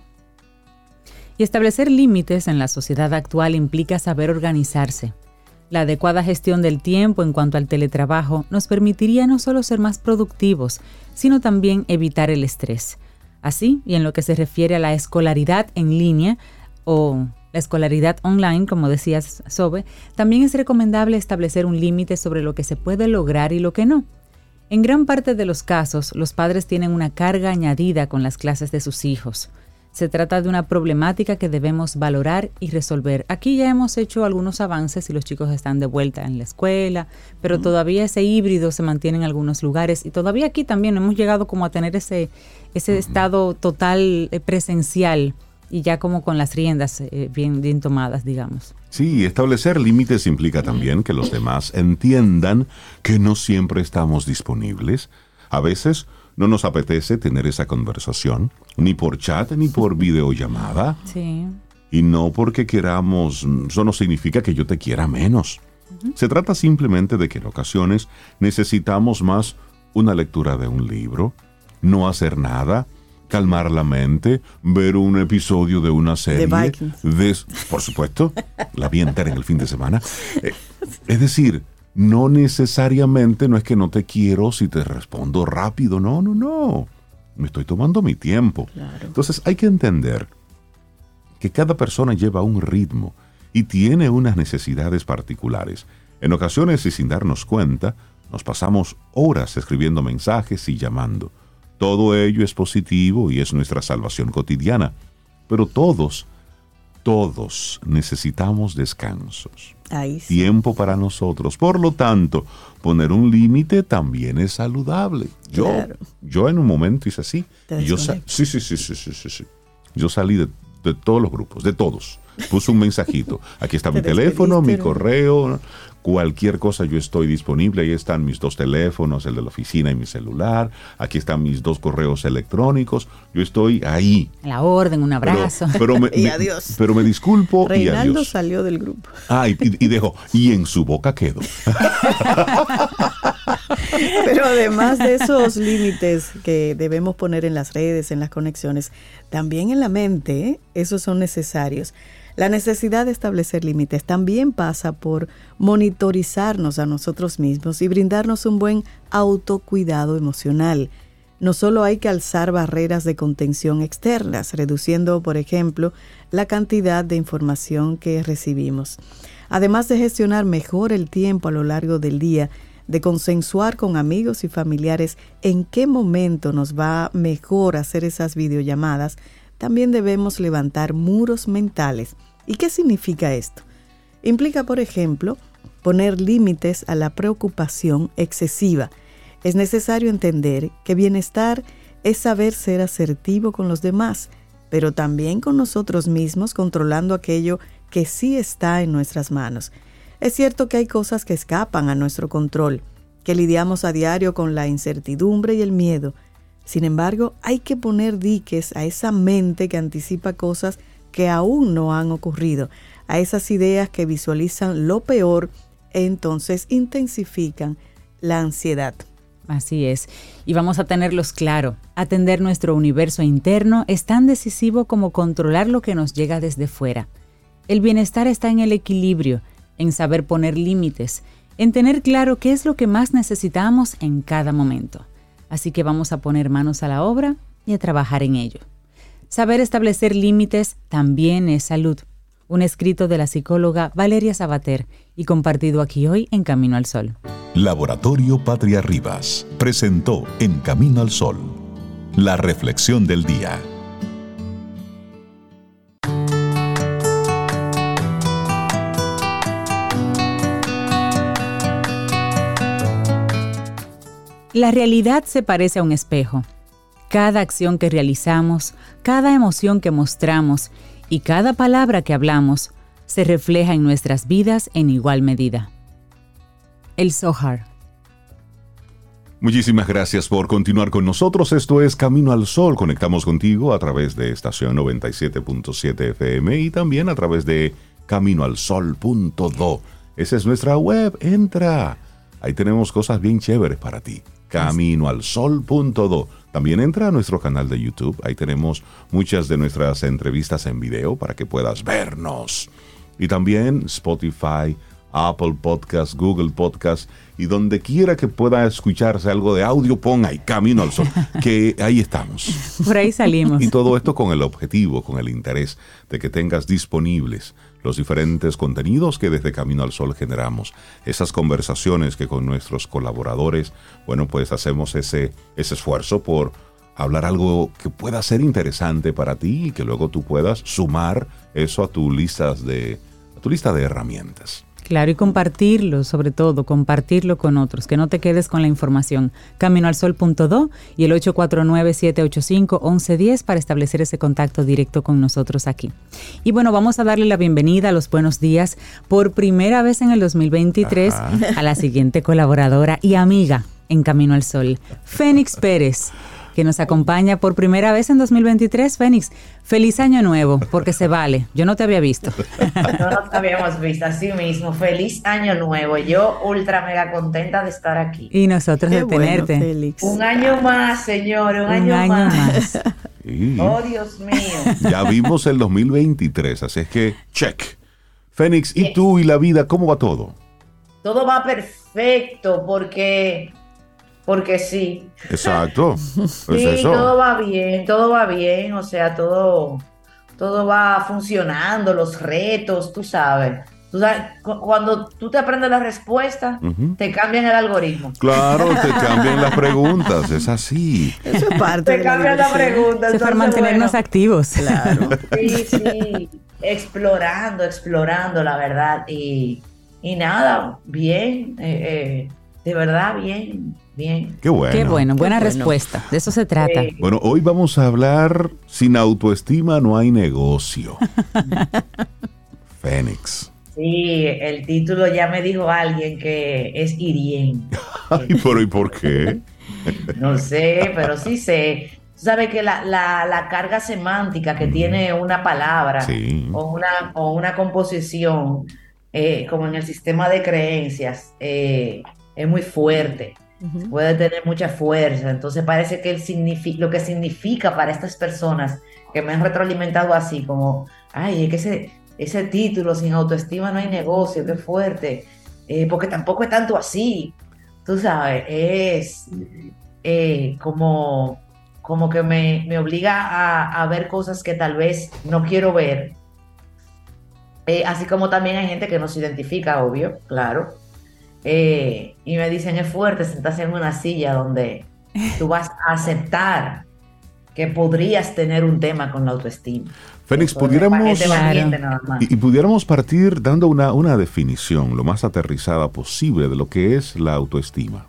Y establecer límites en la sociedad actual implica saber organizarse. La adecuada gestión del tiempo en cuanto al teletrabajo nos permitiría no solo ser más productivos, sino también evitar el estrés. Así, y en lo que se refiere a la escolaridad en línea o la escolaridad online, como decías, Sobe, también es recomendable establecer un límite sobre lo que se puede lograr y lo que no. En gran parte de los casos, los padres tienen una carga añadida con las clases de sus hijos. Se trata de una problemática que debemos valorar y resolver. Aquí ya hemos hecho algunos avances y los chicos están de vuelta en la escuela, pero todavía ese híbrido se mantiene en algunos lugares y todavía aquí también hemos llegado como a tener ese, ese estado total presencial y ya como con las riendas eh, bien, bien tomadas, digamos. Sí, establecer límites implica también que los demás entiendan que no siempre estamos disponibles. A veces no nos apetece tener esa conversación, ni por chat ni por videollamada. Sí. Y no porque queramos, eso no significa que yo te quiera menos. Uh-huh. Se trata simplemente de que en ocasiones necesitamos más una lectura de un libro, no hacer nada, calmar la mente, ver un episodio de una serie. The Vikings. De, por supuesto, la vi entera en el fin de semana. Eh, es decir, no necesariamente no es que no te quiero si te respondo rápido. No, no, no. Me estoy tomando mi tiempo. Claro. Entonces hay que entender que cada persona lleva un ritmo y tiene unas necesidades particulares. En ocasiones y sin darnos cuenta, nos pasamos horas escribiendo mensajes y llamando. Todo ello es positivo y es nuestra salvación cotidiana, pero todos, todos necesitamos descansos, Ahí sí. tiempo para nosotros. Por lo tanto, poner un límite también es saludable. Yo, claro. yo en un momento hice así. ¿Te y yo sa- sí, sí, sí, sí, sí, sí, sí. Yo salí de de todos los grupos, de todos. Puso un mensajito. Aquí está mi teléfono, mi correo, cualquier cosa yo estoy disponible. Ahí están mis dos teléfonos, el de la oficina y mi celular. Aquí están mis dos correos electrónicos. Yo estoy ahí. La orden, un abrazo. Pero, pero me, y me, adiós. Pero me disculpo Reinaldo y adiós. salió del grupo. Ah, y, y dejó. Y en su boca quedó. Pero además de esos límites que debemos poner en las redes, en las conexiones, también en la mente, ¿eh? Esos son necesarios. La necesidad de establecer límites también pasa por monitorizarnos a nosotros mismos y brindarnos un buen autocuidado emocional. No solo hay que alzar barreras de contención externas, reduciendo, por ejemplo, la cantidad de información que recibimos. Además de gestionar mejor el tiempo a lo largo del día, de consensuar con amigos y familiares en qué momento nos va mejor hacer esas videollamadas, también debemos levantar muros mentales. ¿Y qué significa esto? Implica, por ejemplo, poner límites a la preocupación excesiva. Es necesario entender que bienestar es saber ser asertivo con los demás, pero también con nosotros mismos, controlando aquello que sí está en nuestras manos. Es cierto que hay cosas que escapan a nuestro control, que lidiamos a diario con la incertidumbre y el miedo. Sin embargo, hay que poner diques a esa mente que anticipa cosas que aún no han ocurrido, a esas ideas que visualizan lo peor e entonces intensifican la ansiedad. Así es, y vamos a tenerlos claro. Atender nuestro universo interno es tan decisivo como controlar lo que nos llega desde fuera. El bienestar está en el equilibrio, en saber poner límites, en tener claro qué es lo que más necesitamos en cada momento. Así que vamos a poner manos a la obra y a trabajar en ello. Saber establecer límites también es salud. Un escrito de la psicóloga Valeria Sabater y compartido aquí hoy en Camino al Sol. Laboratorio Patria Rivas presentó En Camino al Sol, la reflexión del día. La realidad se parece a un espejo. Cada acción que realizamos, cada emoción que mostramos y cada palabra que hablamos se refleja en nuestras vidas en igual medida. El Zohar. Muchísimas gracias por continuar con nosotros. Esto es Camino al Sol. Conectamos contigo a través de estación noventa y siete punto siete F M y también a través de camino al sol punto do. Esa es nuestra web. Entra. Ahí tenemos cosas bien chéveres para ti. camino al sol punto do. También entra a nuestro canal de YouTube. Ahí tenemos muchas de nuestras entrevistas en video para que puedas vernos. Y también Spotify, Apple Podcast, Google Podcast y donde quiera que pueda escucharse algo de audio, pon ahí Camino al Sol, que ahí estamos. Por ahí salimos. Y todo esto con el objetivo, con el interés de que tengas disponibles los diferentes contenidos que desde Camino al Sol generamos. Esas conversaciones que con nuestros colaboradores, bueno, pues hacemos ese, ese esfuerzo por hablar algo que pueda ser interesante para ti y que luego tú puedas sumar eso a tu lista de, a tu lista de herramientas. Claro, y compartirlo, sobre todo, compartirlo con otros, que no te quedes con la información. camino al sol punto do y el ocho cuatro nueve, siete ocho cinco, once diez para establecer ese contacto directo con nosotros aquí. Y bueno, vamos a darle la bienvenida a los buenos días por primera vez en el dos mil veintitrés Ajá. a la siguiente colaboradora y amiga en Camino al Sol, Fénix Pérez, que nos acompaña por primera vez en dos mil veintitrés. Fénix, feliz año nuevo, porque se vale. Yo no te había visto. No nos habíamos visto, así mismo. Feliz año nuevo. Yo ultra mega contenta de estar aquí. Y nosotros Qué de bueno, tenerte. Félix. Un año más, señor, un, un año, año más. más. Sí. Oh, Dios mío. Ya vimos el dos mil veintitrés, así es que check. Fénix, ¿y tú y la vida, cómo va todo? Todo va perfecto, porque... Porque sí. Exacto. Sí, es eso. Todo va bien, todo va bien, o sea, todo, todo va funcionando, los retos, tú sabes. Tú sabes, cuando tú te aprendes la respuesta, uh-huh. te cambian el algoritmo. Claro, te cambian las preguntas, es así. Eso es parte Te de cambian la, la pregunta. Es para mantenernos bueno, activos. Claro. Sí, sí, explorando, explorando, la verdad. Y, y nada, bien, eh, eh, de verdad, bien. bien. Qué bueno. Qué bueno, buena Qué bueno. respuesta. De eso se trata. Eh, Bueno, hoy vamos a hablar, sin autoestima no hay negocio. Fénix. sí, el título ya me dijo alguien que es hiriente. Ay, pero ¿y por qué? No sé, pero sí sé. Tú sabes que la, la, la carga semántica que tiene una palabra Sí. o, una, o una composición, eh, como en el sistema de creencias, eh, es muy fuerte. Ujú. Puede tener mucha fuerza. Entonces parece que el signifi- lo que significa para estas personas que me han retroalimentado así, como, ay, es que ese, ese título, sin autoestima no hay negocio, qué fuerte. Eh, porque tampoco es tanto así. Tú sabes, es eh, como, como que me, me obliga a, a ver cosas que tal vez no quiero ver. Eh, así como también hay gente que no se identifica, obvio, claro. Eh, y me dicen, es fuerte sentarse en una silla donde tú vas a aceptar que podrías tener un tema con la autoestima. Fénix, Eso es para pudiéramos, gente valiente Claro. nada más. y, y pudiéramos partir dando una, una definición lo más aterrizada posible de lo que es la autoestima.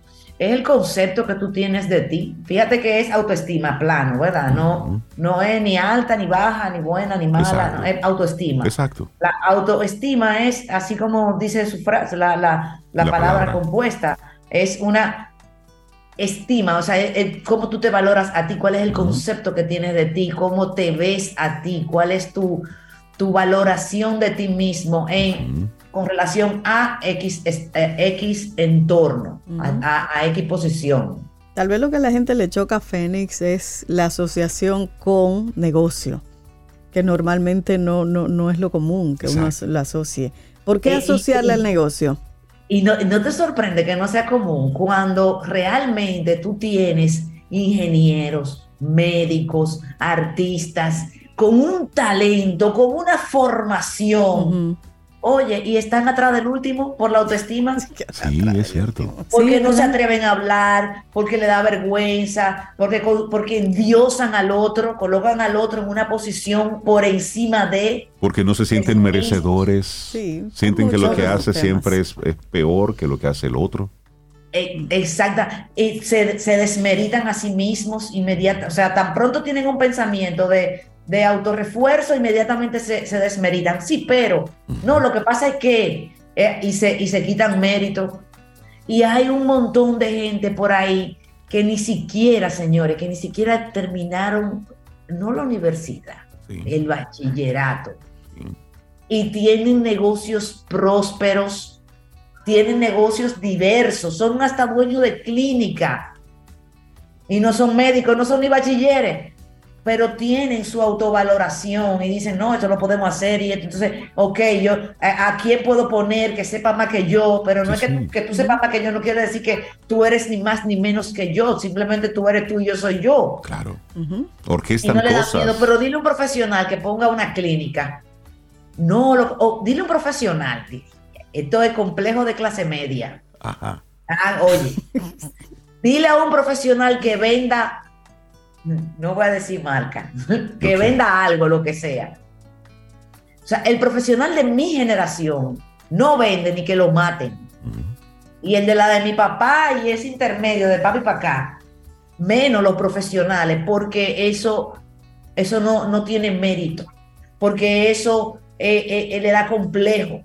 Es el concepto que tú tienes de ti. Fíjate que es autoestima plano, ¿verdad? No, Ujú. no es ni alta, ni baja, ni buena, ni mala, Exacto. no, es autoestima. Exacto. La autoestima es, así como dice su frase, la, la, la La palabra, palabra. compuesta, es una estima, o sea, es, es cómo tú te valoras a ti, cuál es el Ujú. concepto que tienes de ti, cómo te ves a ti, cuál es tu, tu valoración de ti mismo en, Ujú. con relación a X, es- eh, X entorno, a, Ujú. a- a X posición. Tal vez lo que a la gente le choca a Fénix es la asociación con negocio, que normalmente no, no, no es lo común que uno Exacto. lo asocie. ¿Por qué Eh, y- asociarle y- al negocio? Y no, no te sorprende que no sea común cuando realmente tú tienes ingenieros, médicos, artistas, con un talento, con una formación. Ujú. Oye, y están atrás del último por la autoestima, Sí, es cierto. porque Sí, no se ¿verdad? atreven a hablar, porque le da vergüenza, porque, co- porque endiosan al otro, colocan al otro en una posición por encima de... Porque no se sienten Sí. merecedores. Sí, Sienten que lo muchos que de esos hace temas. siempre es, es peor que lo que hace el otro. Eh, exacta, y se, se desmeritan a sí mismos inmediatamente, o sea, tan pronto tienen un pensamiento de, de autorrefuerzo, inmediatamente se, se desmeritan. Sí, pero no, lo que pasa es que, eh, y, se, y se quitan mérito, y hay un montón de gente por ahí que ni siquiera, señores, que ni siquiera terminaron, no la universidad, Sí. el bachillerato, Sí. y tienen negocios prósperos, tienen negocios diversos, son hasta dueños de clínica y no son médicos, no son ni bachilleres, pero tienen su autovaloración y dicen, no, esto lo podemos hacer y esto. Entonces, ok, yo, ¿a, a quién puedo poner que sepa más que yo? Pero no Sí, es que, sí. que tú sepas más que yo, no quiere decir que tú eres ni más ni menos que yo, simplemente tú eres tú y yo soy yo. Claro. Ujú. Y Orquestan no le da cosas. miedo, pero dile a un profesional que ponga una clínica. No, lo, o dile a un profesional. di- Esto es complejo de clase media. Ajá. Ah, oye, dile a un profesional que venda, no voy a decir marca, que Ok. venda algo, lo que sea. O sea, el profesional de mi generación no vende ni que lo maten. Ujú. Y el de la de mi papá y ese intermedio de papi para acá, menos los profesionales, porque eso, eso no, no tiene mérito, porque eso eh, eh, eh, le da complejo.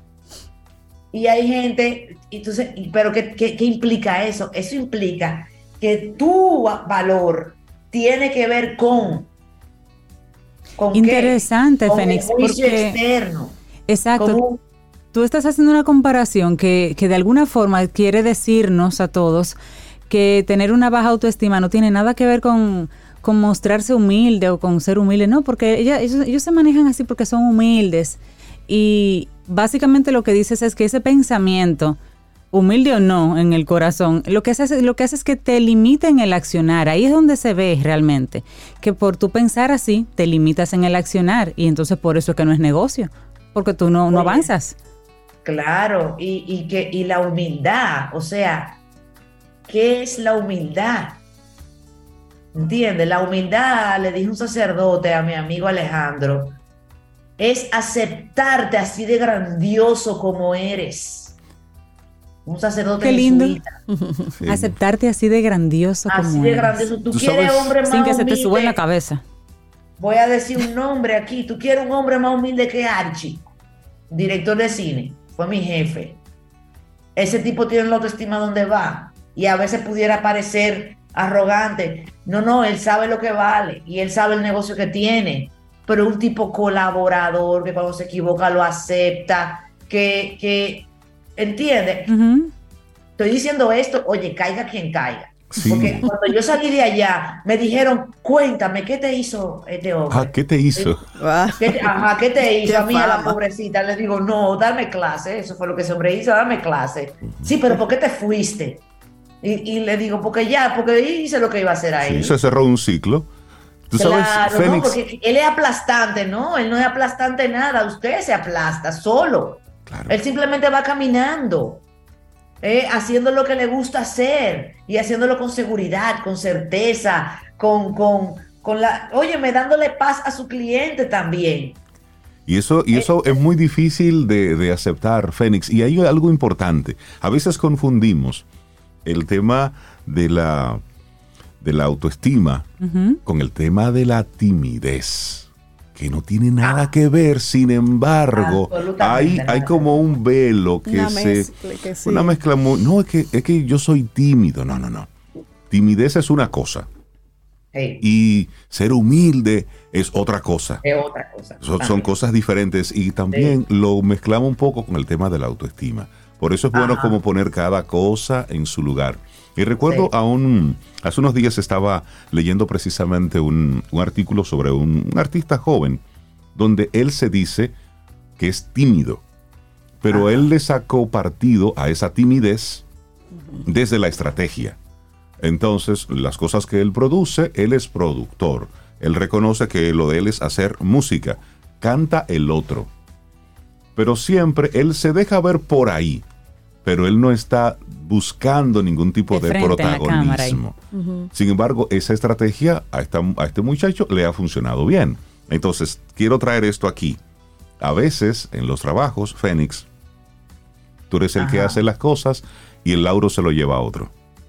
Y hay gente, entonces, y- pero ¿qué, qué, qué implica eso? Eso implica que tu valor tiene que ver con... ¿con qué? Interesante, Con Fénix, el juicio porque- externo. Exacto. Con un- Tú estás haciendo una comparación que, que de alguna forma quiere decirnos a todos que tener una baja autoestima no tiene nada que ver con, con mostrarse humilde o con ser humilde, no, porque ella- ellos, ellos se manejan así porque son humildes. Y básicamente lo que dices es que ese pensamiento, humilde o no, en el corazón, lo que hace, lo que hace es que te limita en el accionar. Ahí es donde se ve realmente que por tu pensar así te limitas en el accionar y entonces por eso es que no es negocio, porque tú no, no Oye. avanzas. Claro, y, y, que, y la humildad, o sea, ¿qué es la humildad? ¿Entiendes? La humildad, le dije un sacerdote a mi amigo Alejandro, es aceptarte así de grandioso como eres. un sacerdote Qué lindo. jesuita. Sí. Aceptarte así de grandioso Así como de eres. grandioso. Tú, Tú quieres sabes- hombre más Sin que se te humilde. suba en la cabeza. Voy a decir un nombre aquí. Tú quieres un hombre más humilde que Archie, director de cine. Fue mi jefe. Ese tipo tiene la autoestima donde va. Y a veces pudiera parecer arrogante. No, no, él sabe lo que vale. Y él sabe el negocio que tiene. Pero es un tipo colaborador que cuando se equivoca lo acepta. Que, que ¿entiendes? Ujú. Estoy diciendo esto, oye, caiga quien caiga. Sí. Porque cuando yo salí de allá, me dijeron, cuéntame, ¿qué te hizo este hombre? Ah, ¿qué te hizo? Ah, ¿Qué te, ajá, ¿qué te hizo? Qué A mí, a la fama. pobrecita, le digo, no, dame clase. Eso fue lo que ese hombre hizo, dame clase. Sí, pero ¿por qué te fuiste? Y, y le digo, porque ya, porque hice lo que iba a hacer ahí. Sí, se cerró un ciclo. Tú sabes, Claro, no, Fénix, porque él es aplastante, ¿no? Él no es aplastante nada, usted se aplasta solo. claro, Él simplemente va caminando, eh, haciendo lo que le gusta hacer y haciéndolo con seguridad, con certeza, con, con, con la, óyeme, dándole paz a su cliente también. y eso, y eso es muy difícil de, de aceptar, Fénix. Y hay algo importante. A veces confundimos el tema de la, de la autoestima Ujú. con el tema de la timidez, que no tiene nada que ver. Sin embargo, Absolutamente hay, nada. hay como un velo que una se... mezcla que sí. Una mezcla muy... No, es que, es que yo soy tímido. No, no, no. Timidez es una cosa Sí, y ser humilde es otra cosa. es otra cosa. Son, Ah, son cosas diferentes y también lo mezclamos un poco con el tema de la autoestima. Por eso es bueno Ajá. como poner cada cosa en su lugar. Y recuerdo Sí. aún, hace unos días estaba leyendo precisamente un, un artículo sobre un, un artista joven, donde él se dice que es tímido, pero Ajá. él le sacó partido a esa timidez desde la estrategia. Entonces, las cosas que él produce, él es productor. Él reconoce que lo de él es hacer música, canta el otro. Pero siempre él se deja ver por ahí, pero él no está buscando ningún tipo De de, frente en la cámara ahí. protagonismo. Ujú. Sin embargo, esa estrategia a, esta- a este muchacho le ha funcionado bien. Entonces, quiero traer esto aquí. A veces, en los trabajos, Fénix, tú eres el que Ajá. hace las cosas y el lauro se lo lleva a otro.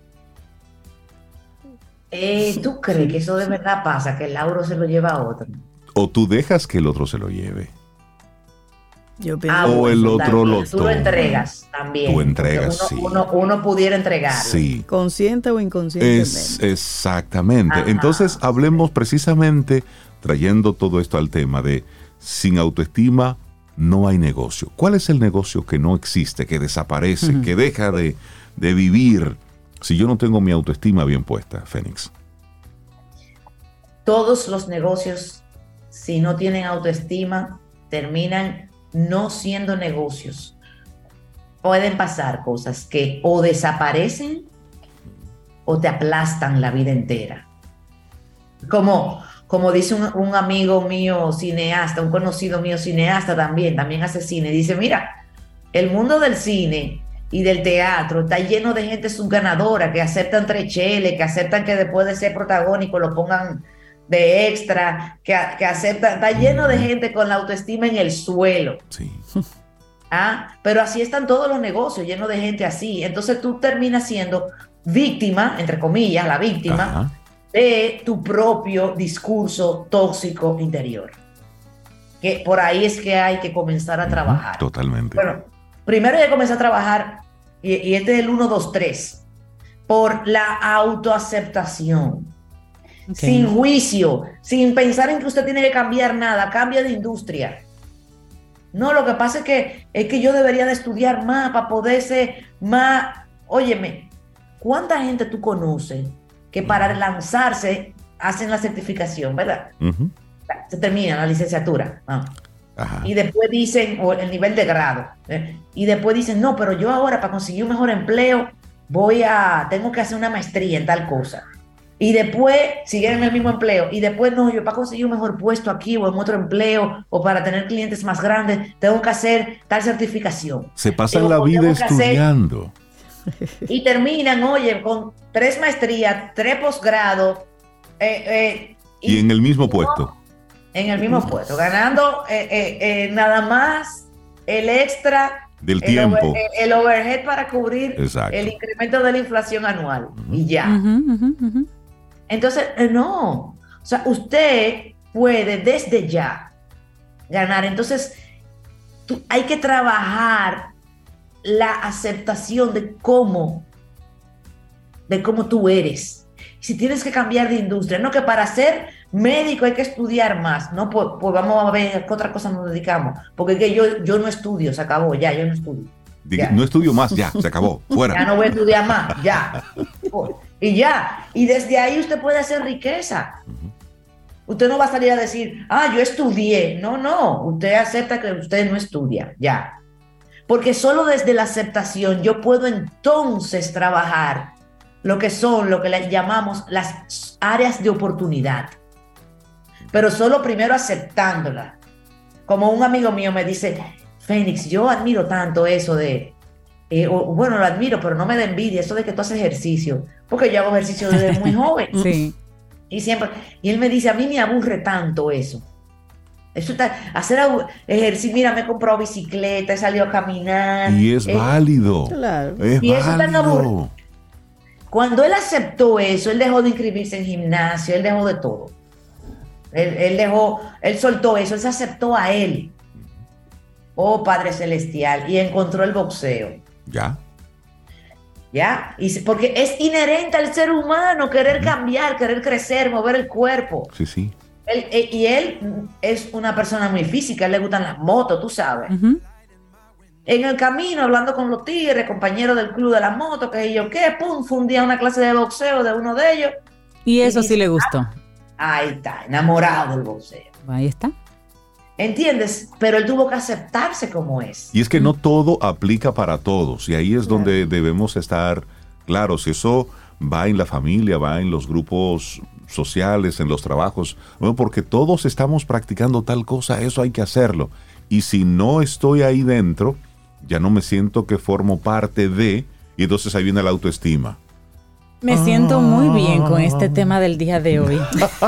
Eh, ¿Tú crees que eso de verdad pasa, que el lauro se lo lleva a otro? O tú dejas que el otro se lo lleve. Yo pienso. Ah, O bueno, el otro también. lo Tú lo toma. entregas también. Tú entregas, porque sí. uno, uno, uno pudiera entregarlo. Sí. Consciente o inconscientemente. Es exactamente. Ajá. Entonces hablemos precisamente trayendo todo esto al tema de sin autoestima no hay negocio. ¿Cuál es el negocio que no existe, que desaparece, Ujú. que deja de, de vivir si yo no tengo mi autoestima bien puesta, Fénix? Todos los negocios, si no tienen autoestima, terminan no siendo negocios. Pueden pasar cosas que o desaparecen o te aplastan la vida entera. Como, como dice un, un amigo mío cineasta, un conocido mío cineasta también, también hace cine, dice, mira, el mundo del cine y del teatro está lleno de gente subganadora que aceptan tres cheles, que aceptan que después de ser protagónico lo pongan de extra, que, que aceptan, está lleno de gente con la autoestima en el suelo. Sí. ¿Ah? Pero así están todos los negocios, llenos de gente así. Entonces tú terminas siendo víctima, entre comillas, la víctima Ajá. de tu propio discurso tóxico interior. Que por ahí es que hay que comenzar a trabajar. Totalmente. Bueno, primero hay que comenzar a trabajar, y, y este es el uno, dos, tres, por la autoaceptación. Ok. Sin juicio, sin pensar en que usted tiene que cambiar nada, cambia de industria. No, lo que pasa es que, es que yo debería de estudiar más para poder ser más... Óyeme, ¿cuánta gente tú conoces que para lanzarse hacen la certificación, verdad? Ujú. Se termina la licenciatura. Ah. Ajá. Y después dicen, o el nivel de grado, ¿eh? Y después dicen, no, pero yo ahora para conseguir un mejor empleo voy a, tengo que hacer una maestría en tal cosa. Y después siguen en el mismo empleo. Y después, no, yo para conseguir un mejor puesto aquí o en otro empleo o para tener clientes más grandes, tengo que hacer tal certificación. Se pasan Tengo- la vida tengo que hacer- estudiando. Y terminan, oye, con tres maestrías, tres posgrados. eh, eh, Y en el mismo puesto. en el mismo puesto, ganando eh, eh, eh, nada más el extra del el tiempo. Over, el overhead para cubrir Exacto. el incremento de la inflación anual. Uh-huh. Y ya. Uh-huh, uh-huh, uh-huh. Entonces, no. O sea, usted puede desde ya ganar. Entonces, tú, hay que trabajar la aceptación de cómo, de cómo tú eres. Si tienes que cambiar de industria, no que para ser médico hay que estudiar más, no, pues, pues vamos a ver qué otra cosa nos dedicamos, porque que yo, yo no estudio, se acabó, ya, yo no estudio. Ya. No estudio más, ya, se acabó, fuera. Ya no voy a estudiar más, ya. Y ya, y desde ahí usted puede hacer riqueza. Uh-huh. Usted no va a salir a decir, ah, yo estudié. No, no, usted acepta que usted no estudia, ya. Porque solo desde la aceptación yo puedo entonces trabajar lo que son, lo que le llamamos las áreas de oportunidad. Pero solo primero aceptándola. Como un amigo mío me dice, Fénix, yo admiro tanto eso de, eh, o, bueno, lo admiro, pero no me da envidia eso de que tú haces ejercicio, porque yo hago ejercicio desde muy joven. Sí. Y siempre, y él me dice, a mí me aburre tanto eso. Eso está, hacer ejercicio, mira, me he comprado bicicleta, he salido a caminar. Y es eh, válido. Claro. Es y eso válido. está aburrido. Cuando él aceptó eso, él dejó de inscribirse en gimnasio, él dejó de todo. Él, él dejó, él soltó eso, él se aceptó a él. Oh, Padre Celestial, y encontró el boxeo. Ya. Ya, y porque es inherente al ser humano querer uh-huh. cambiar, querer crecer, mover el cuerpo. Sí, sí. Él, él, y él es una persona muy física, a él le gustan las motos, tú sabes. Uh-huh. En el camino, hablando con los tigres, compañeros del club de la moto, que yo qué, pum, fue un día una clase de boxeo de uno de ellos. Y eso y sí dice, le gustó. Ah, ahí está, enamorado del boxeo. Ahí está. ¿Entiendes? Pero él tuvo que aceptarse como es. Y es que no todo aplica para todos. Y ahí es claro. donde debemos estar claros. Eso va en la familia, va en los grupos sociales, en los trabajos. Bueno, porque todos estamos practicando tal cosa, eso hay que hacerlo. Y si no estoy ahí dentro, ya no me siento que formo parte de, y entonces ahí viene la autoestima. Me siento muy bien con este tema del día de hoy.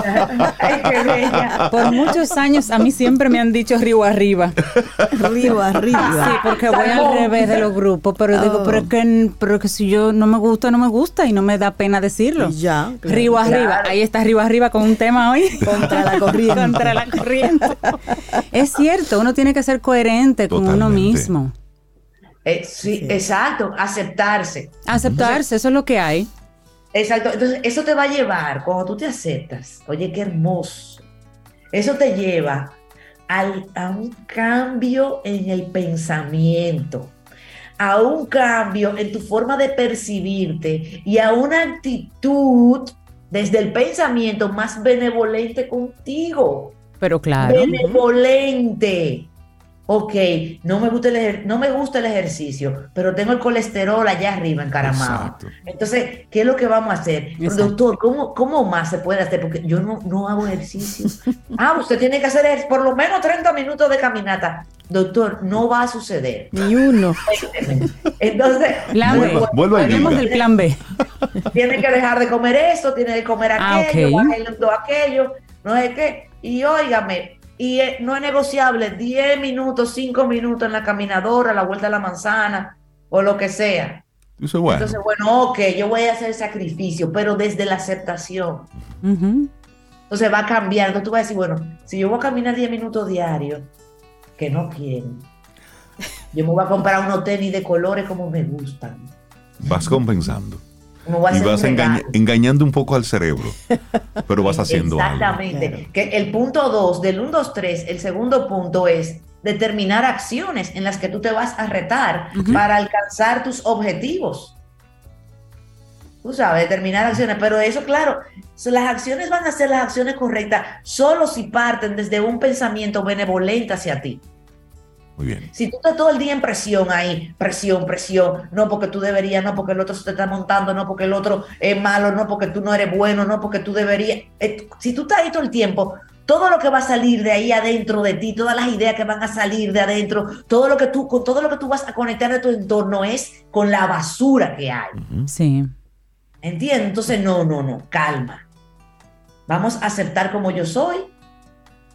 Ay, qué bella. Por muchos años a mí siempre me han dicho río arriba. Río arriba. Sí, porque voy al revés de los grupos, pero oh. digo, pero es que, pero que si yo no me gusta, no me gusta y no me da pena decirlo. Ya. Claro. Río claro. arriba. Ahí está río arriba con un tema hoy. Contra la corriente. Contra la corriente. Es cierto, uno tiene que ser coherente Totalmente. con uno mismo. Eh, sí, sí, exacto. Aceptarse. Aceptarse, eso es lo que hay. Exacto, entonces eso te va a llevar, cuando tú te aceptas, oye, qué hermoso, eso te lleva al, a un cambio en el pensamiento, a un cambio en tu forma de percibirte y a una actitud desde el pensamiento más benevolente contigo. Pero claro. Benevolente. Ok, no me gusta el ejer- no me gusta el ejercicio, pero tengo el colesterol allá arriba encaramado. Exacto. Entonces, ¿qué es lo que vamos a hacer? Pero, doctor, ¿cómo, ¿cómo más se puede hacer? Porque yo no, no hago ejercicio. Ah, usted tiene que hacer por lo menos treinta minutos de caminata. Doctor, no va a suceder. Ni uno. Entonces, plan B. Vuelvo a Hablemos del plan B. Tiene que dejar de comer esto, tiene que comer aquello, ah, okay. bajarle todo aquello, no sé qué. Y óigame, y no es negociable diez minutos, cinco minutos en la caminadora, a la vuelta de la manzana o lo que sea. Eso es bueno. Entonces, bueno, ok, yo voy a hacer el sacrificio, pero desde la aceptación. Uh-huh. Entonces va a cambiar. Entonces tú vas a decir, bueno, si yo voy a caminar diez minutos diarios, que no quiero, yo me voy a comprar unos tenis de colores como me gustan. Vas compensando. Y vas engaña, engañando un poco al cerebro, pero vas haciendo Exactamente. algo. Exactamente. Que el punto dos, del uno, dos, tres, el segundo punto es determinar acciones en las que tú te vas a retar uh-huh. para alcanzar tus objetivos. Tú sabes, determinar acciones, pero eso, claro, las acciones van a ser las acciones correctas solo si parten desde un pensamiento benevolente hacia ti. Muy bien. Si tú estás todo el día en presión ahí, presión, presión, no porque tú deberías, no porque el otro se te está montando, no porque el otro es malo, no porque tú no eres bueno, no porque tú deberías. Eh, si tú estás ahí todo el tiempo, todo lo que va a salir de ahí adentro de ti, todas las ideas que van a salir de adentro, todo lo que tú, con todo lo que tú vas a conectar de tu entorno es con la basura que hay. Uh-huh. Sí. ¿Entiendes? Entonces, no, no, no, calma. Vamos a aceptar como yo soy,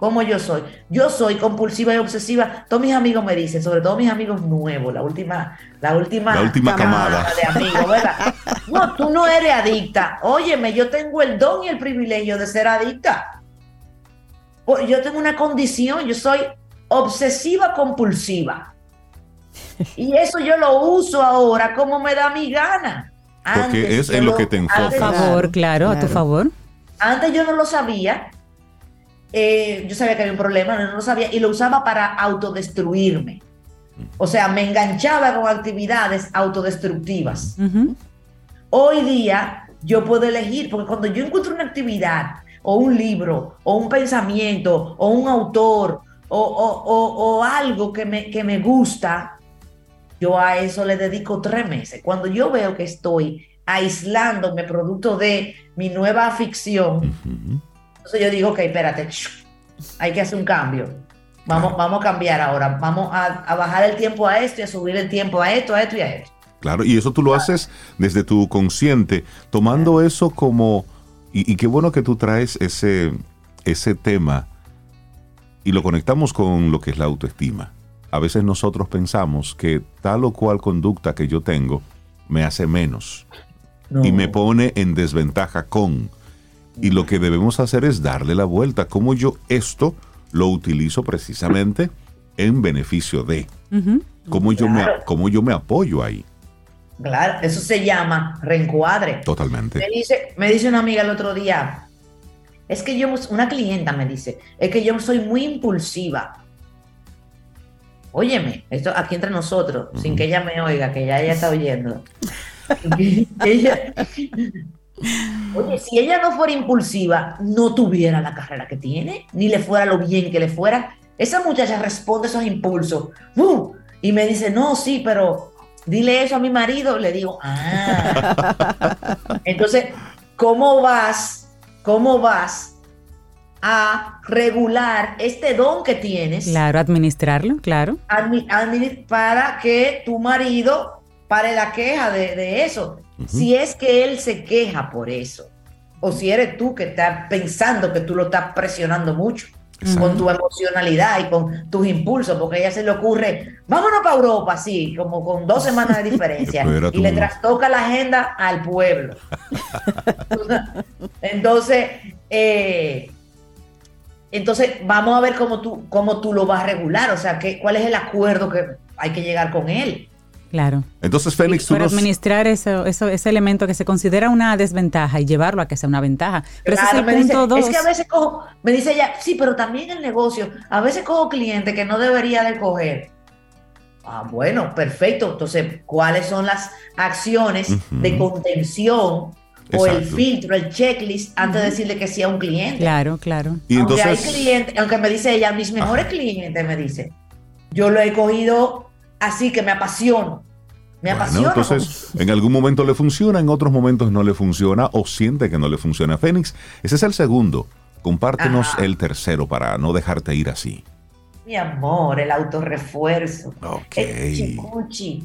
¿Cómo yo soy? Yo soy compulsiva y obsesiva. Todos mis amigos me dicen, sobre todo mis amigos nuevos, la última, la última, la última camada, camada de amigos, ¿verdad? No, tú no eres adicta. Óyeme, yo tengo el don y el privilegio de ser adicta. Yo tengo una condición, yo soy obsesiva compulsiva. Y eso yo lo uso ahora como me da mi gana. Antes, porque es en lo que te enfoca. A favor, claro, claro, a tu favor. Antes yo no lo sabía. Eh, yo sabía que había un problema, no lo sabía, y lo usaba para autodestruirme. O sea, me enganchaba con actividades autodestructivas. Uh-huh. Hoy día yo puedo elegir, porque cuando yo encuentro una actividad, o un libro, o un pensamiento, o un autor, o, o, o, o algo que me, que me gusta, yo a eso le dedico tres meses. Cuando yo veo que estoy aislándome producto de mi nueva ficción, uh-huh. entonces yo digo, ok, espérate, hay que hacer un cambio. Vamos, claro. vamos a cambiar ahora. Vamos a, a bajar el tiempo a esto y a subir el tiempo a esto, a esto y a esto. Claro, y eso tú lo haces desde tu consciente, tomando claro. eso como... Y, y qué bueno que tú traes ese, ese tema y lo conectamos con lo que es la autoestima. A veces nosotros pensamos que tal o cual conducta que yo tengo me hace menos no. y me pone en desventaja con... Y lo que debemos hacer es darle la vuelta. Cómo yo esto lo utilizo precisamente en beneficio de. Uh-huh. Cómo, claro. yo me, cómo yo me apoyo ahí. Claro, eso se llama reencuadre. Totalmente. Me dice, me dice una amiga el otro día, es que yo, una clienta me dice, es que yo soy muy impulsiva. Óyeme, esto aquí entre nosotros, uh-huh. sin que ella me oiga, que ya ella está oyendo. ella... Oye, si ella no fuera impulsiva, no tuviera la carrera que tiene, ni le fuera lo bien que le fuera. Esa muchacha responde esos impulsos ¡uh! Y me dice, no, sí, pero dile eso a mi marido. Le digo, ah. Entonces, ¿cómo vas, cómo vas a regular este don que tienes? Claro, administrarlo, claro. Admi- administ- para que tu marido pare la queja de, de eso. Uh-huh. Si es que él se queja por eso, o si eres tú que estás pensando que tú lo estás presionando mucho. Exacto. Con tu emocionalidad y con tus impulsos, porque a ella se le ocurre, vámonos para Europa, así, como con dos semanas de diferencia, y le trastoca la agenda al pueblo. Entonces, eh, entonces vamos a ver cómo tú, cómo tú lo vas a regular, o sea, que, cuál es el acuerdo que hay que llegar con él. Claro. Entonces, Fénix, tú para nos... administrar eso, eso, ese elemento que se considera una desventaja y llevarlo a que sea una ventaja. Pero claro, ese es el punto dos. Es que a veces cojo, me dice ella, sí, pero también el negocio, a veces cojo clientes que no debería de coger. Ah, bueno, perfecto. Entonces, ¿cuáles son las acciones uh-huh. de contención? Exacto. O el filtro, el checklist, antes uh-huh. de decirle que sí a un cliente? Claro, claro. Y aunque entonces... hay clientes, aunque me dice ella, mis mejores Ajá. clientes, me dice, yo lo he cogido así que me apasiono. Me bueno, apasiona. Entonces, en algún momento le funciona, en otros momentos no le funciona o siente que no le funciona. Fénix, ese es el segundo. Compártenos Ajá. el tercero para no dejarte ir así. Mi amor, el autorrefuerzo. Ok. El chicuchi.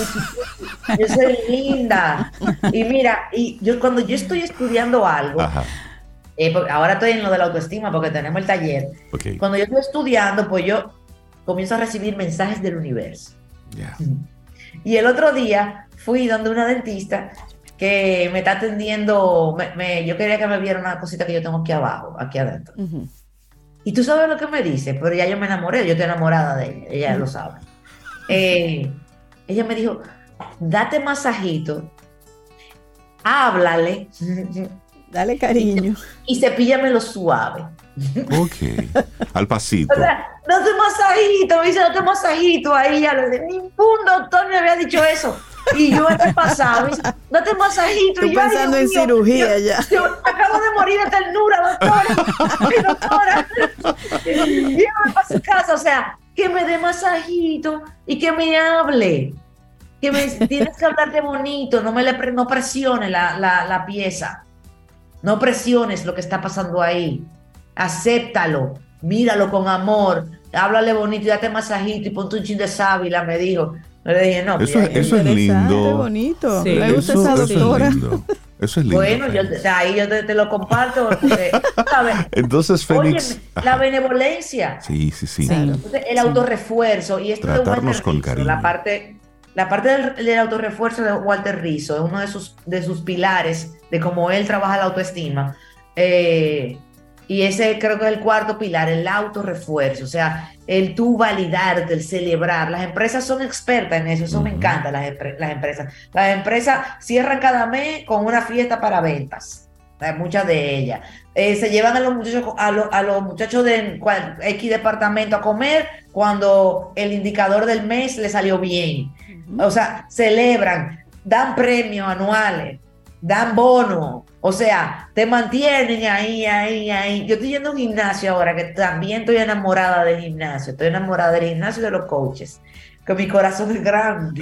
Yo soy linda. Y mira, y yo cuando yo estoy estudiando algo, eh, ahora estoy en lo de la autoestima porque tenemos el taller. Okay. Cuando yo estoy estudiando, pues yo comienzo a recibir mensajes del universo. Yeah. Y el otro día fui donde una dentista que me está atendiendo, me, me, yo quería que me viera una cosita que yo tengo aquí abajo, aquí adentro. Uh-huh. Y tú sabes lo que me dice, pero ya yo me enamoré, yo estoy enamorada de ella, ella uh-huh. lo sabe. Eh, ella me dijo, date masajito, háblale. Dale cariño. Y, y cepíllamelo suave. Ok, al pasito. O sea, date masajito, me dice, date masajito ahí. Ya le dije, ningún doctor me había dicho eso. Y yo en el pasado, me dice, date masajito. Estoy y yo, pensando en mío, cirugía yo, ya. Yo, acabo de morir de ternura, doctora. doctora. Y yo me paso casa, o sea, que me dé masajito y que me hable. Que me tienes que hablarte bonito, no me le no presiones la, la, la pieza. No presiones lo que está pasando ahí. Acéptalo, míralo con amor, háblale bonito y date masajito y ponte un chin de sábila, me dijo. Le dije, no. Eso, eso es lindo. bonito. Sí. Me gusta eso, esa doctora. Eso es lindo. Eso es lindo. Bueno, yo, ahí yo te, te lo comparto. Porque, ¿sabes? Entonces, Fénix. Oye, la benevolencia. Sí, sí, sí. Claro. Entonces, el autorrefuerzo. Y esto Tratarnos de con Rizzo, cariño. La parte, la parte del, del autorrefuerzo de Walter Rizzo es uno de sus, de sus pilares de cómo él trabaja la autoestima. Eh, y ese creo que es el cuarto pilar, el autorrefuerzo. O sea, el tú validarte, el celebrar. Las empresas son expertas en eso, eso uh-huh. me encanta, las, las empresas. Las empresas cierran cada mes con una fiesta para ventas, muchas de ellas. Eh, se llevan a los muchachos, a, lo, a los muchachos de cual, X departamento a comer cuando el indicador del mes le salió bien. Uh-huh. O sea, celebran, dan premios anuales, dan bonos. O sea, te mantienen ahí, ahí, ahí. Yo estoy yendo a un gimnasio ahora, que también estoy enamorada del gimnasio. Estoy enamorada del gimnasio y de los coaches. Que mi corazón es grande.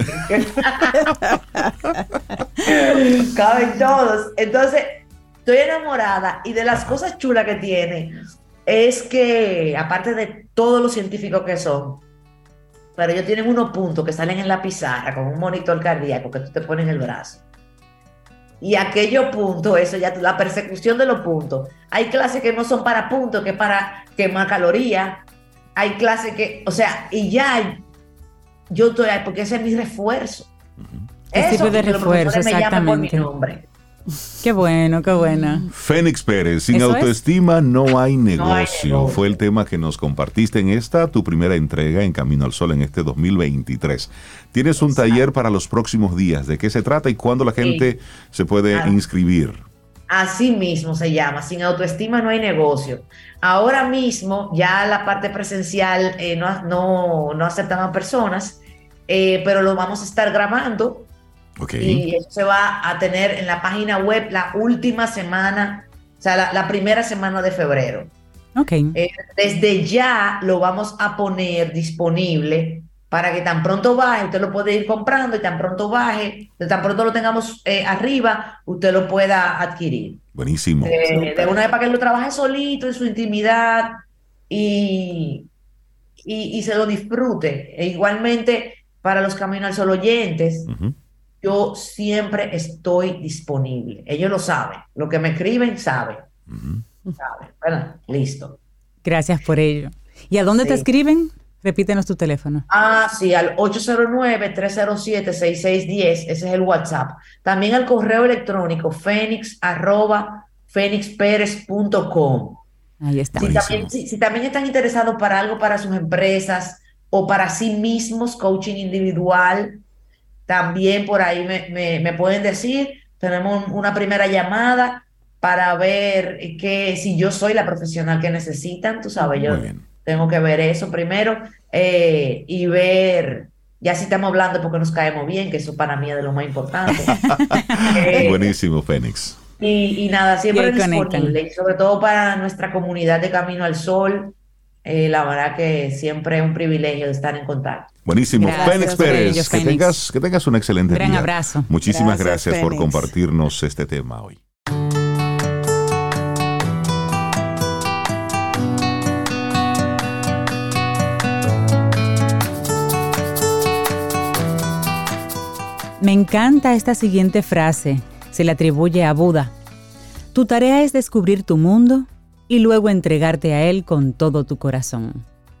Caben todos. Entonces, estoy enamorada. Y de las cosas chulas que tiene, es que, aparte de todos los científicos que son, pero ellos tienen unos puntos que salen en la pizarra con un monitor cardíaco que tú te pones en el brazo. Y aquellos puntos, eso ya, la persecución de los puntos. Hay clases que no son para puntos, que es para quemar calorías. Hay clases que, o sea, y ya yo estoy ahí porque ese es mi refuerzo. Uh-huh. Eso, tipo de refuerzo, me llaman por mi nombre. Qué bueno, qué buena. Fénix Pérez, sin autoestima es? no hay negocio. No hay negocio. Fue el tema que nos compartiste en esta, tu primera entrega en Camino al Sol en este dos mil veintitrés. Tienes un Exacto. taller para los próximos días. ¿De qué se trata y cuándo la gente sí. se puede ah. inscribir? Así mismo se llama, sin autoestima no hay negocio. Ahora mismo ya la parte presencial eh, no, no, no aceptan personas, eh, pero lo vamos a estar grabando. Okay. Y eso se va a tener en la página web la última semana, o sea, la, la primera semana de febrero. Okay. Eh, desde ya lo vamos a poner disponible para que tan pronto baje, usted lo puede ir comprando y tan pronto baje, de tan pronto lo tengamos eh, arriba, usted lo pueda adquirir. Buenísimo. Eh, de una vez para que lo trabaje solito en su intimidad y, y, y se lo disfrute. E igualmente para los Camino al Sol oyentes, uh-huh. yo siempre estoy disponible. Ellos lo saben. Lo que me escriben, saben. Uh-huh. Saben. Bueno, listo. Gracias por ello. ¿Y a dónde sí. te escriben? Repítenos tu teléfono. Ah, sí, al ocho cero nueve, tres cero siete, seis seis uno cero. Ese es el WhatsApp. También al correo electrónico fénix arroba fénix pérez punto com. Ahí está. Si también, si, si también están interesados para algo para sus empresas o para sí mismos, coaching individual, también por ahí me, me, me pueden decir. Tenemos una primera llamada para ver que si yo soy la profesional que necesitan, tú sabes, yo tengo que ver eso primero eh, y ver, ya si estamos hablando porque nos caemos bien, que eso para mí es de lo más importante. eh, Buenísimo, Fénix. Y, y nada, siempre disponible, y sobre todo para nuestra comunidad de Camino al Sol. Eh, la verdad que siempre es un privilegio de estar en contacto. Buenísimo. Fénix Pérez, ellos, que, Fénix. Tengas, que tengas un excelente Gran día. Un gran abrazo. Muchísimas gracias, gracias por compartirnos este tema hoy. Me encanta esta siguiente frase. Se le atribuye a Buda. Tu tarea es descubrir tu mundo y luego entregarte a él con todo tu corazón.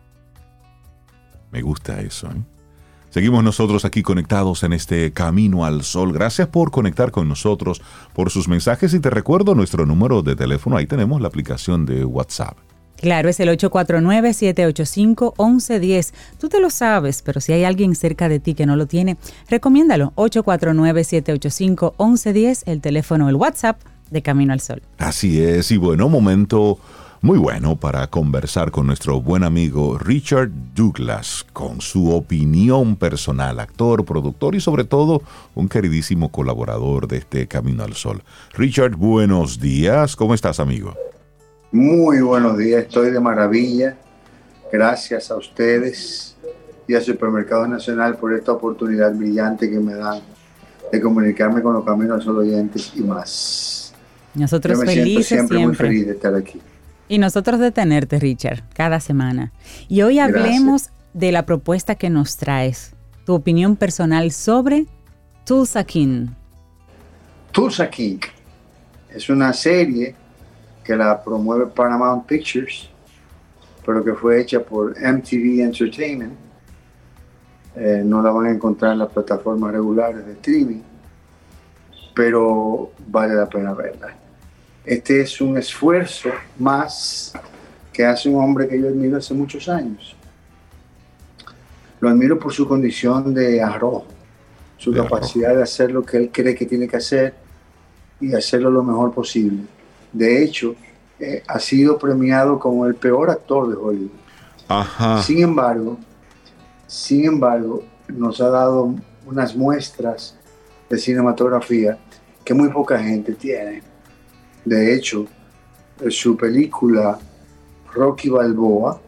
Me gusta eso, ¿eh? Seguimos nosotros aquí conectados en este Camino al Sol. Gracias por conectar con nosotros, por sus mensajes, y te recuerdo nuestro número de teléfono. Ahí tenemos la aplicación de WhatsApp. Claro, es el ocho cuatro nueve, siete ocho cinco, uno uno uno cero. Tú te lo sabes, pero si hay alguien cerca de ti que no lo tiene, recomiéndalo. ocho cuatro nueve, siete ocho cinco, uno uno uno cero, el teléfono, el WhatsApp de Camino al Sol. Así es, y bueno, momento muy bueno para conversar con nuestro buen amigo Richard Douglas, con su opinión personal, actor, productor y sobre todo un queridísimo colaborador de este Camino al Sol. Richard, buenos días, ¿cómo estás, amigo? Muy buenos días, estoy de maravilla. Gracias a ustedes y a Supermercados Nacional por esta oportunidad brillante que me dan de comunicarme con los Camino al Sol oyentes y más. Nosotros Yo me felices siento siempre, siempre. muy feliz de estar aquí. Y nosotros de tenerte, Richard, cada semana. Y hoy hablemos Gracias. de la propuesta que nos traes, tu opinión personal sobre Tulsa King. Tulsa King. Es una serie que la promueve Paramount Pictures, pero que fue hecha por M T V Entertainment. Eh, no la van a encontrar en las plataformas regulares de streaming, pero vale la pena verla. Este es un esfuerzo más que hace un hombre que yo admiro hace muchos años. Lo admiro por su condición de arrojo, su de capacidad arrojo. de hacer lo que él cree que tiene que hacer y hacerlo lo mejor posible. De hecho, eh, ha sido premiado como el peor actor de Hollywood. Ajá. Sin embargo, sin embargo, nos ha dado unas muestras de cinematografía que muy poca gente tiene. De hecho, su película Rocky Balboa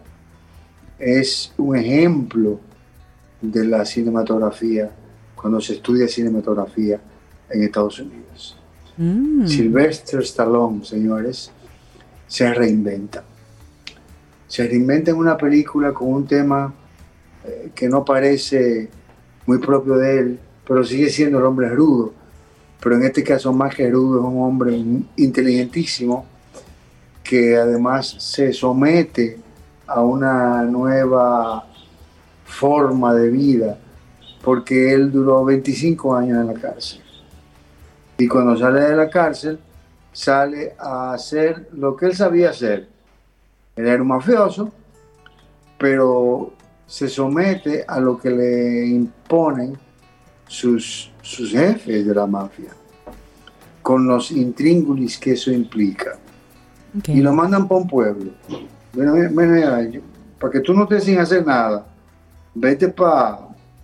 es un ejemplo de la cinematografía cuando se estudia cinematografía en Estados Unidos. Mm. Sylvester Stallone, señores, se reinventa. Se reinventa en una película con un tema eh, que no parece muy propio de él, pero sigue siendo el hombre rudo. Pero en este caso, más que rudo, es un hombre inteligentísimo que además se somete a una nueva forma de vida, porque él duró veinticinco años en la cárcel. Y cuando sale de la cárcel, sale a hacer lo que él sabía hacer. Él era un mafioso, pero se somete a lo que le imponen sus, sus jefes de la mafia, con los intríngulis que eso implica. Okay. Y lo mandan para un pueblo. Bueno, bueno, para que tú no estés sin hacer nada, vete para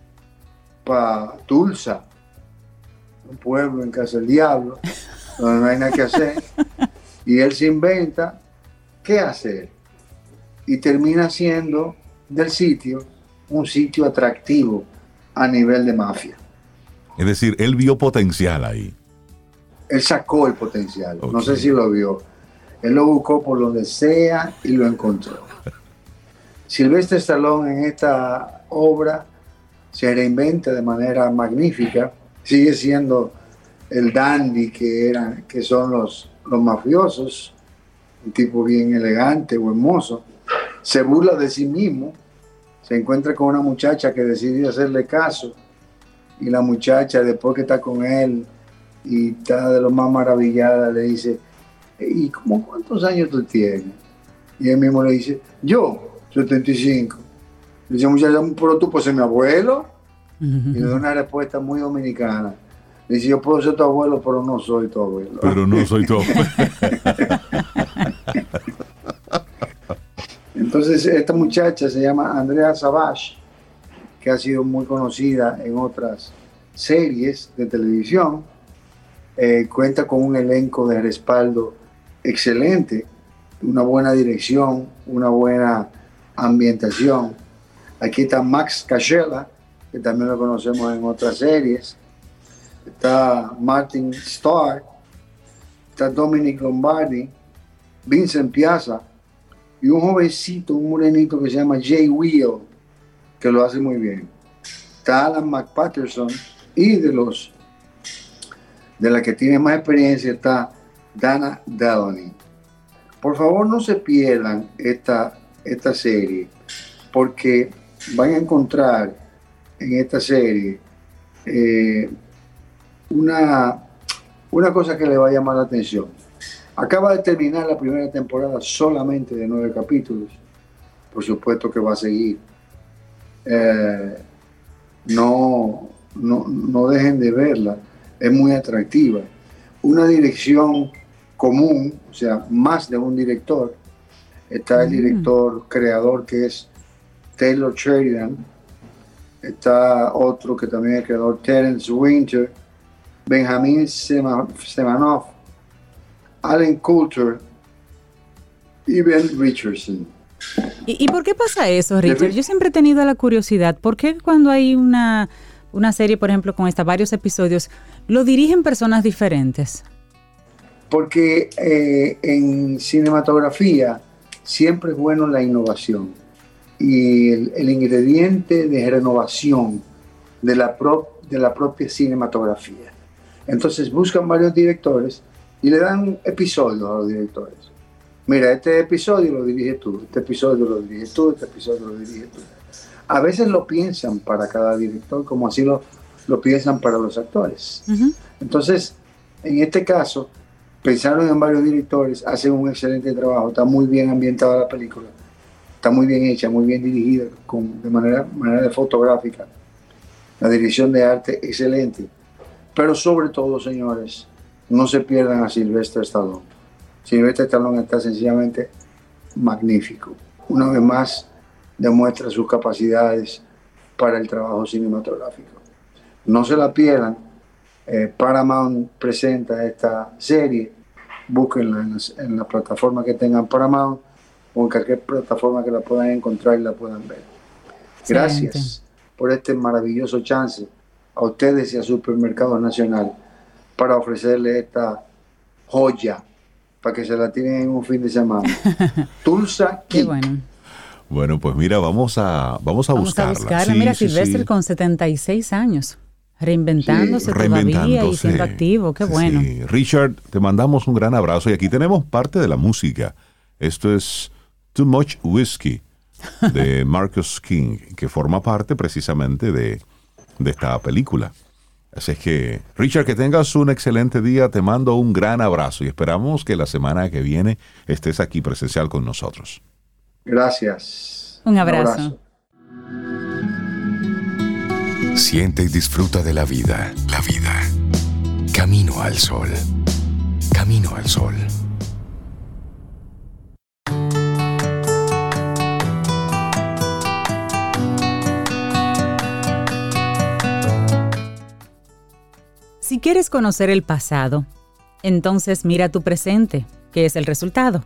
pa Tulsa, un pueblo en casa del diablo, donde no hay nada que hacer. Y él se inventa qué hacer. Y termina siendo del sitio un sitio atractivo a nivel de mafia. Es decir, él vio potencial ahí. Él sacó el potencial. Okay. No sé si lo vio. Él lo buscó por donde sea y lo encontró. Sylvester Stallone en esta obra se reinventa de manera magnífica. Sigue siendo el dandy que, eran, que son los, los mafiosos, un tipo bien elegante o hermoso. Se burla de sí mismo. Se encuentra con una muchacha que decide hacerle caso. Y la muchacha, después que está con él y está de lo más maravillada, le dice: ¿y cómo cuántos años tú tienes? Y él mismo le dice: yo, setenta y cinco. Le dice: muchacha, pero tú puedes ser mi abuelo. Uh-huh. Y le da una respuesta muy dominicana. Le dice: yo puedo ser tu abuelo, pero no soy tu abuelo. Pero no soy tu abuelo. Entonces, esta muchacha se llama Andrea Savage, que ha sido muy conocida en otras series de televisión. Eh, cuenta con un elenco de respaldo excelente, una buena dirección, una buena ambientación. Aquí está Max Casella, que también lo conocemos en otras series. Está Martin Starr, está Dominic Lombardi, Vincent Piazza y un jovencito, un morenito que se llama Jay Wheel, que lo hace muy bien. Está Alan McPatterson y de los de la que tiene más experiencia está Dana Delany. Por favor, no se pierdan esta, esta serie, porque van a encontrar en esta serie eh, una, una cosa que le va a llamar la atención. Acaba de terminar la primera temporada solamente de nueve capítulos. Por supuesto que va a seguir. Eh, no, no, no dejen de verla. Es muy atractiva. Una dirección común, o sea, más de un director. Está el director creador, que es Taylor Sheridan. Está otro que también es creador, Terence Winter, Benjamin Semanoff, Alan Coulter y Ben Richardson. ¿Y, ¿Y por qué pasa eso, Richard? Yo siempre he tenido la curiosidad. ¿Por qué cuando hay una, una serie, por ejemplo, con esta, varios episodios, lo dirigen personas diferentes? Porque eh, en cinematografía siempre es bueno la innovación y el, el ingrediente de renovación de la, pro, de la propia cinematografía. Entonces buscan varios directores y le dan episodios a los directores. Mira, este episodio lo diriges tú, este episodio lo diriges tú, este episodio lo diriges tú. A veces lo piensan para cada director, como así lo, lo piensan para los actores. Uh-huh. Entonces, en este caso, pensaron en varios directores, hacen un excelente trabajo, está muy bien ambientada la película, está muy bien hecha, muy bien dirigida, con, de manera, manera de fotográfica, la dirección de arte excelente, pero sobre todo, señores, no se pierdan a Sylvester Stallone. Sylvester Stallone está sencillamente magnífico. Una vez más, demuestra sus capacidades para el trabajo cinematográfico. No se la pierdan. Eh, Paramount presenta esta serie. Búsquenla en, las, en la plataforma que tengan Paramount o en cualquier plataforma que la puedan encontrar y la puedan ver. Gracias sí, por este maravilloso chance a ustedes y a Supermercados Nacional para ofrecerle esta joya para que se la tienen en un fin de semana. Tulsa King. Qué bueno. Bueno, pues mira, vamos a, vamos a vamos buscarla. A buscarla. Sí, mira, sí, Sylvester sí. con setenta y seis años, reinventándose, sí, reinventándose todavía y siendo activo. Qué bueno. Sí. Richard, te mandamos un gran abrazo y aquí tenemos parte de la música. Esto es Too Much Whiskey de Marcus King, que forma parte precisamente de, de esta película. Así es que, Richard, que tengas un excelente día, te mando un gran abrazo y esperamos que la semana que viene estés aquí presencial con nosotros. Gracias. Un abrazo. Un abrazo. Siente y disfruta de la vida. La vida. Camino al sol. Camino al sol. Si quieres conocer el pasado, entonces mira tu presente, que es el resultado.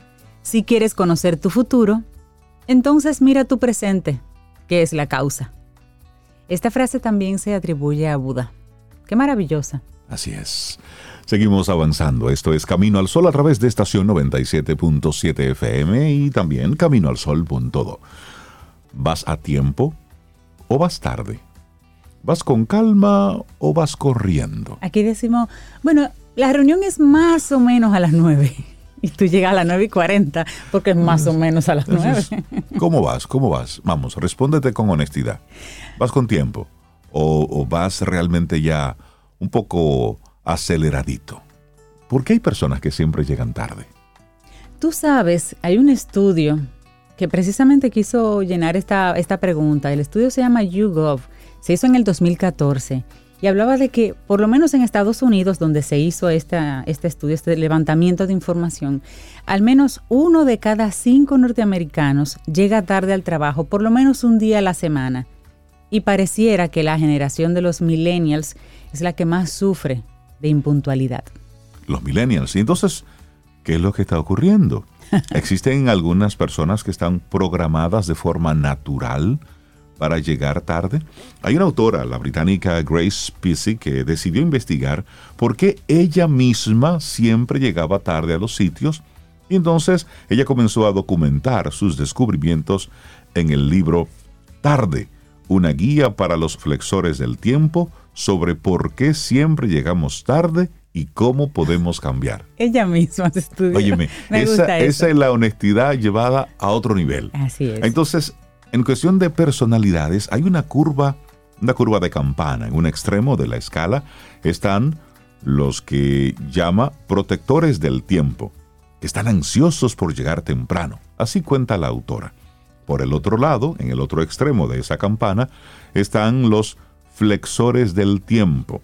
Si quieres conocer tu futuro, entonces mira tu presente, que es la causa. Esta frase también se atribuye a Buda. ¡Qué maravillosa! Así es. Seguimos avanzando. Esto es Camino al Sol a través de estación noventa y siete punto siete F M y también camino al sol punto do. ¿Vas a tiempo o vas tarde? ¿Vas con calma o vas corriendo? Aquí decimos, bueno, la reunión es más o menos a las nueve. Y tú llegas a las nueve y cuarenta porque es más o menos a las nueve. ¿Cómo vas? ¿Cómo vas? Vamos, respóndete con honestidad. ¿Vas con tiempo? ¿O, o vas realmente ya un poco aceleradito? ¿Por qué hay personas que siempre llegan tarde? Tú sabes, hay un estudio que precisamente quiso llenar esta, esta pregunta. El estudio se llama YouGov. Se hizo en el dos mil catorce y hablaba de que, por lo menos en Estados Unidos, donde se hizo esta, este estudio, este levantamiento de información, al menos uno de cada cinco norteamericanos llega tarde al trabajo, por lo menos un día a la semana. Y pareciera que la generación de los millennials es la que más sufre de impuntualidad. Los millennials. ¿Y entonces qué es lo que está ocurriendo? ¿Existen algunas personas que están programadas de forma natural para llegar tarde? Hay una autora, la británica Grace Pissy, que decidió investigar por qué ella misma siempre llegaba tarde a los sitios, y entonces ella comenzó a documentar sus descubrimientos en el libro Tarde, una guía para los flexores del tiempo sobre por qué siempre llegamos tarde y cómo podemos cambiar. Ella misma se estudió. Óyeme, Me esa, gusta eso. esa es la honestidad llevada a otro nivel. Así es. Entonces, en cuestión de personalidades, hay una curva, una curva de campana. En un extremo de la escala están los que llama protectores del tiempo, que están ansiosos por llegar temprano. Así cuenta la autora. Por el otro lado, en el otro extremo de esa campana, están los flexores del tiempo.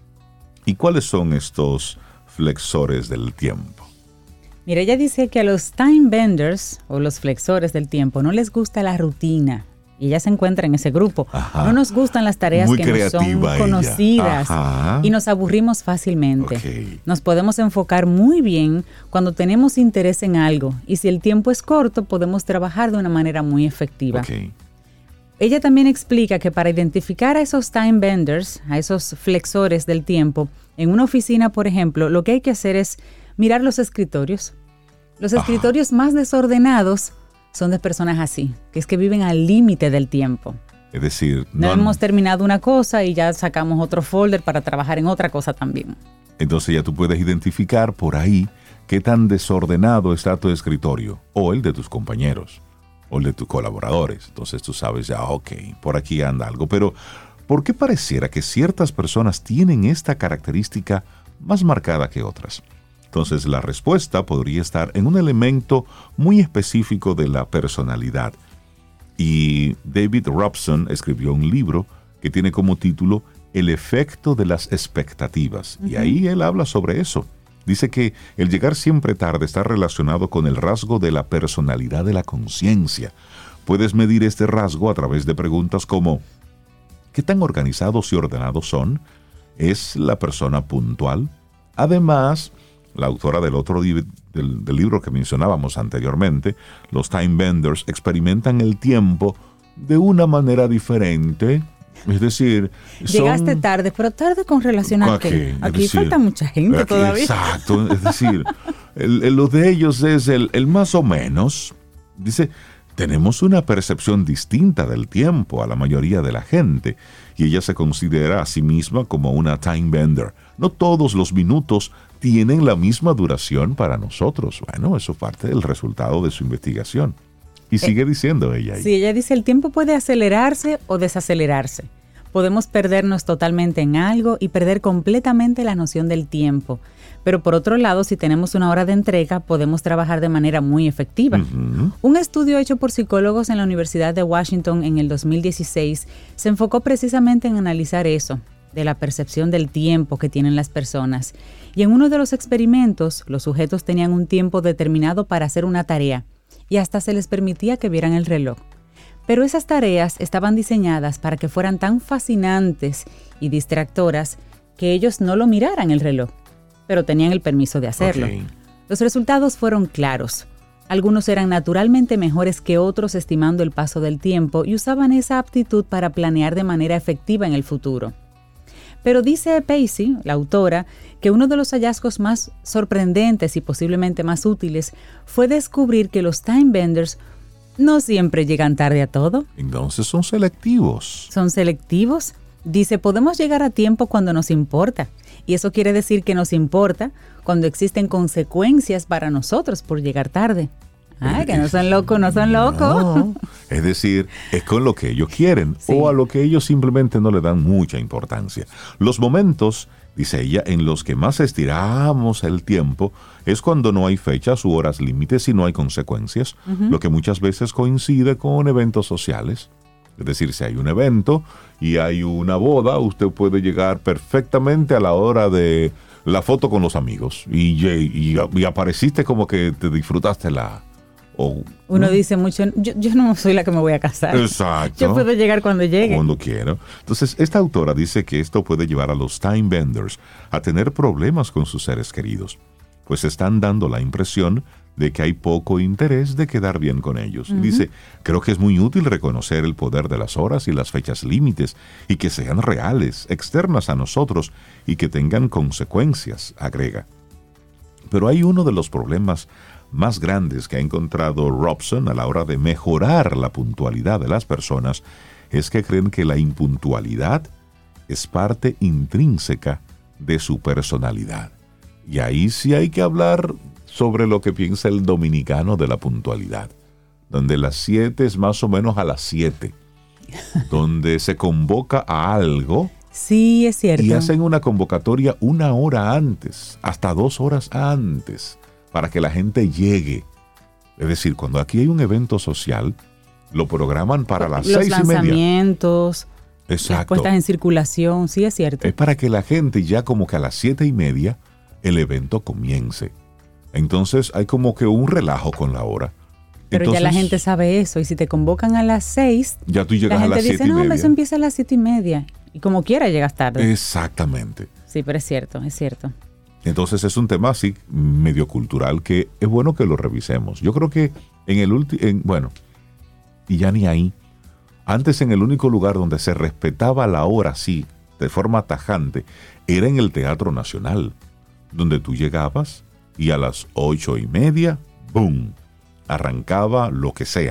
¿Y cuáles son estos flexores del tiempo? Mira, ella dice que a los time benders o los flexores del tiempo no les gusta la rutina. Y ella se encuentra en ese grupo. Ajá. No nos gustan las tareas Muy que nos son conocidas y nos aburrimos fácilmente. Okay. Nos podemos enfocar muy bien cuando tenemos interés en algo y si el tiempo es corto podemos trabajar de una manera muy efectiva. Okay. Ella también explica que para identificar a esos time benders, a esos flexores del tiempo, en una oficina, por ejemplo, lo que hay que hacer es mirar los escritorios. Los escritorios Ajá. más desordenados son de personas así, que es que viven al límite del tiempo. Es decir, no, no hemos han... terminado una cosa y ya sacamos otro folder para trabajar en otra cosa también. Entonces ya tú puedes identificar por ahí qué tan desordenado está tu escritorio, o el de tus compañeros, o el de tus colaboradores. Entonces tú sabes ya, ok, por aquí anda algo. Pero, ¿por qué pareciera que ciertas personas tienen esta característica más marcada que otras? Entonces la respuesta podría estar en un elemento muy específico de la personalidad. Y David Robson escribió un libro que tiene como título El efecto de las expectativas. Uh-huh. Y ahí él habla sobre eso. Dice que el llegar siempre tarde está relacionado con el rasgo de la personalidad de la conciencia. Puedes medir este rasgo a través de preguntas como ¿qué tan organizados y ordenados son? ¿Es la persona puntual? Además, la autora del otro del, del libro que mencionábamos anteriormente, los time benders experimentan el tiempo de una manera diferente. Es decir, llegaste son... tarde, pero tarde con relación a qué. Aquí decir, falta mucha gente aquí, todavía. Exacto, es decir, el, el, lo de ellos es el, el más o menos. Dice, tenemos una percepción distinta del tiempo a la mayoría de la gente, y ella se considera a sí misma como una time bender. No todos los minutos tienen la misma duración para nosotros. Bueno, eso parte del resultado de su investigación. Y sigue eh, diciendo ella ahí. Sí, ella dice, el tiempo puede acelerarse o desacelerarse. Podemos perdernos totalmente en algo y perder completamente la noción del tiempo. Pero por otro lado, si tenemos una hora de entrega, podemos trabajar de manera muy efectiva. Uh-huh. Un estudio hecho por psicólogos en la Universidad de Washington en el dos mil dieciséis se enfocó precisamente en analizar eso, de la percepción del tiempo que tienen las personas. Y en uno de los experimentos, los sujetos tenían un tiempo determinado para hacer una tarea y hasta se les permitía que vieran el reloj. Pero esas tareas estaban diseñadas para que fueran tan fascinantes y distractoras que ellos no lo miraran el reloj, pero tenían el permiso de hacerlo. Okay. Los resultados fueron claros. Algunos eran naturalmente mejores que otros estimando el paso del tiempo y usaban esa aptitud para planear de manera efectiva en el futuro. Pero dice Pacey, la autora, que uno de los hallazgos más sorprendentes y posiblemente más útiles fue descubrir que los time benders no siempre llegan tarde a todo. Entonces son selectivos. ¿Son selectivos? Dice, podemos llegar a tiempo cuando nos importa. Y eso quiere decir que nos importa cuando existen consecuencias para nosotros por llegar tarde. Ay, que no son locos, no son locos. No, es decir, es con lo que ellos quieren, sí, o a lo que ellos simplemente no le dan mucha importancia. Los momentos, dice ella, en los que más estiramos el tiempo es cuando no hay fechas u horas límites y no hay consecuencias, uh-huh. lo que muchas veces coincide con eventos sociales. Es decir, si hay un evento y hay una boda, usted puede llegar perfectamente a la hora de la foto con los amigos y, y, y apareciste como que te disfrutaste la... O, Uno ¿no? dice mucho, yo, yo no soy la que me voy a casar. Exacto. Yo puedo llegar cuando llegue. Cuando quiero. Entonces, esta autora dice que esto puede llevar a los time benders a tener problemas con sus seres queridos, pues están dando la impresión de que hay poco interés de quedar bien con ellos. Uh-huh. Dice, creo que es muy útil reconocer el poder de las horas y las fechas límites y que sean reales, externas a nosotros y que tengan consecuencias, agrega. Pero hay uno de los problemas más grandes que ha encontrado Robson a la hora de mejorar la puntualidad de las personas es que creen que la impuntualidad es parte intrínseca de su personalidad. Y ahí sí hay que hablar sobre lo que piensa el dominicano de la puntualidad, donde las siete es más o menos a las siete, donde se convoca a algo. Sí, es cierto. Y hacen una convocatoria una hora antes, hasta dos horas antes, para que la gente llegue. Es decir, cuando aquí hay un evento social, lo programan para las Los seis y media. Los lanzamientos, exacto, las puestas en circulación, sí es cierto. Es para que la gente ya como que a las siete y media el evento comience. Entonces hay como que un relajo con la hora. Pero Entonces, ya la gente sabe eso, y si te convocan a las seis, ya tú llegas la gente a las dice, siete y no, media. eso empieza a las siete y media. Y como quiera llegas tarde. Exactamente. Sí, pero es cierto, es cierto. Entonces es un tema así medio cultural que es bueno que lo revisemos. Yo creo que en el último, bueno, y ya ni ahí, antes en el único lugar donde se respetaba la hora así, de forma tajante, era en el Teatro Nacional, donde tú llegabas y a las ocho y media, ¡boom!, arrancaba lo que sea.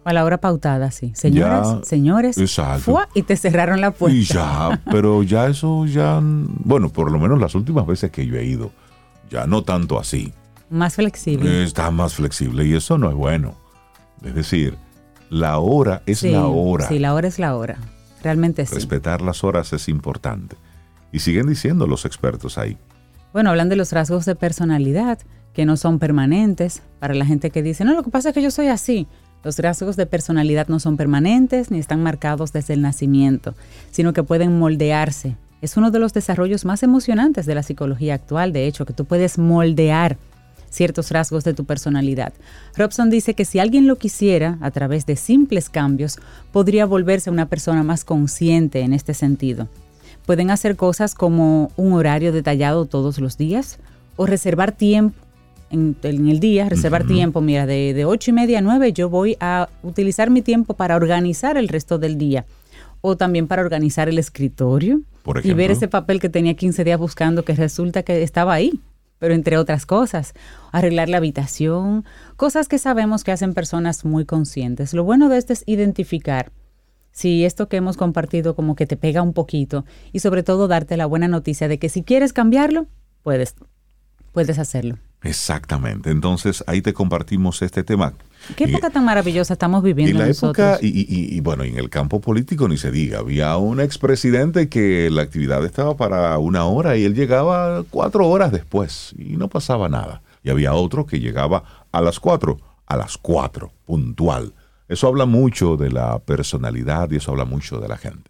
A la hora pautada, sí. Señoras, ya, señores, ¡fua! Y te cerraron la puerta. Y ya, pero ya eso ya, bueno, por lo menos las últimas veces que yo he ido, ya no tanto así. Más flexible. Está más flexible y eso no es bueno. Es decir, la hora es sí, la hora. Sí, la hora es la hora. Realmente sí. Respetar las horas es importante. Y siguen diciendo los expertos ahí. Bueno, hablan de los rasgos de personalidad, que no son permanentes. Para la gente que dice, no, lo que pasa es que yo soy así. Los rasgos de personalidad no son permanentes ni están marcados desde el nacimiento, sino que pueden moldearse. Es uno de los desarrollos más emocionantes de la psicología actual, de hecho, que tú puedes moldear ciertos rasgos de tu personalidad. Robson dice que si alguien lo quisiera, a través de simples cambios, podría volverse una persona más consciente en este sentido. Pueden hacer cosas como un horario detallado todos los días o reservar tiempo en, en el día, reservar uh-huh. tiempo, mira, de, de ocho y media a nueve yo voy a utilizar mi tiempo para organizar el resto del día. O también para organizar el escritorio. Por ejemplo, y ver ese papel que tenía quince días buscando que resulta que estaba ahí. Pero entre otras cosas, arreglar la habitación, cosas que sabemos que hacen personas muy conscientes. Lo bueno de esto es identificar si esto que hemos compartido como que te pega un poquito y sobre todo darte la buena noticia de que si quieres cambiarlo, puedes, puedes hacerlo. Exactamente. Entonces, ahí te compartimos este tema. ¿Qué época y, tan maravillosa estamos viviendo en la nosotros? Época, y, y, y bueno, en el campo político ni se diga. Había un expresidente que la actividad estaba para una hora y él llegaba cuatro horas después y no pasaba nada. Y había otro que llegaba a las cuatro, a las cuatro, puntual. Eso habla mucho de la personalidad y eso habla mucho de la gente.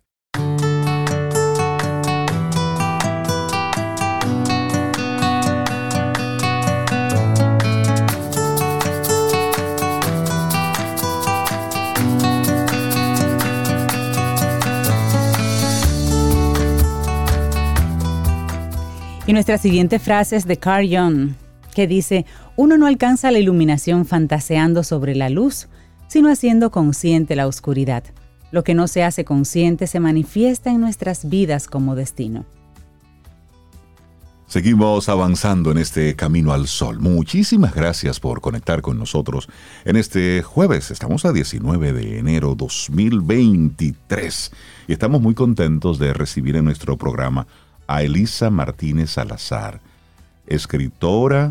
Y nuestra siguiente frase es de Carl Jung, que dice, uno no alcanza la iluminación fantaseando sobre la luz, sino haciendo consciente la oscuridad. Lo que no se hace consciente se manifiesta en nuestras vidas como destino. Seguimos avanzando en este camino al sol. Muchísimas gracias por conectar con nosotros en este jueves. Estamos a diecinueve de enero dos mil veintitrés y estamos muy contentos de recibir en nuestro programa a Elisa Martínez Salazar, escritora,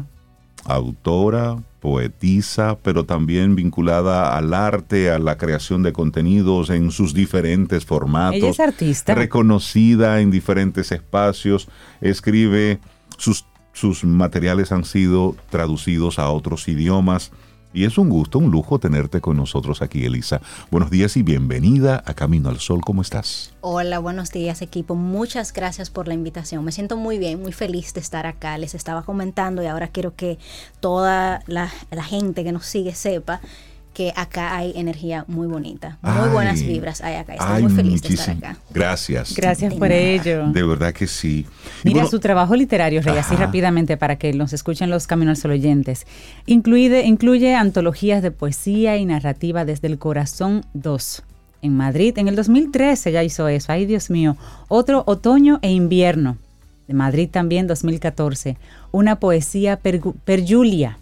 autora, poetisa, pero también vinculada al arte, a la creación de contenidos en sus diferentes formatos. Ella es artista. Reconocida en diferentes espacios, escribe, sus, sus materiales han sido traducidos a otros idiomas. Y es un gusto, un lujo tenerte con nosotros aquí, Elisa. Buenos días y bienvenida a Camino al Sol. ¿Cómo estás? Hola, buenos días, equipo. Muchas gracias por la invitación. Me siento muy bien, muy feliz de estar acá. Les estaba comentando y ahora quiero que toda la, la gente que nos sigue sepa que acá hay energía muy bonita. Muy ay, buenas vibras hay acá. Estoy ay, muy feliz de estar acá. Gracias. Gracias por ello. De verdad que sí. Y Mira, bueno, su trabajo literario, Rey, así rápidamente para que nos escuchen los Camino al Sol oyentes. Incluye, incluye antologías de poesía y narrativa desde el corazón dos. En Madrid, en el dos mil trece ya hizo eso. Ay, Dios mío. Otro, Otoño e Invierno. De Madrid también, dos mil catorce. Una poesía per, per Julia.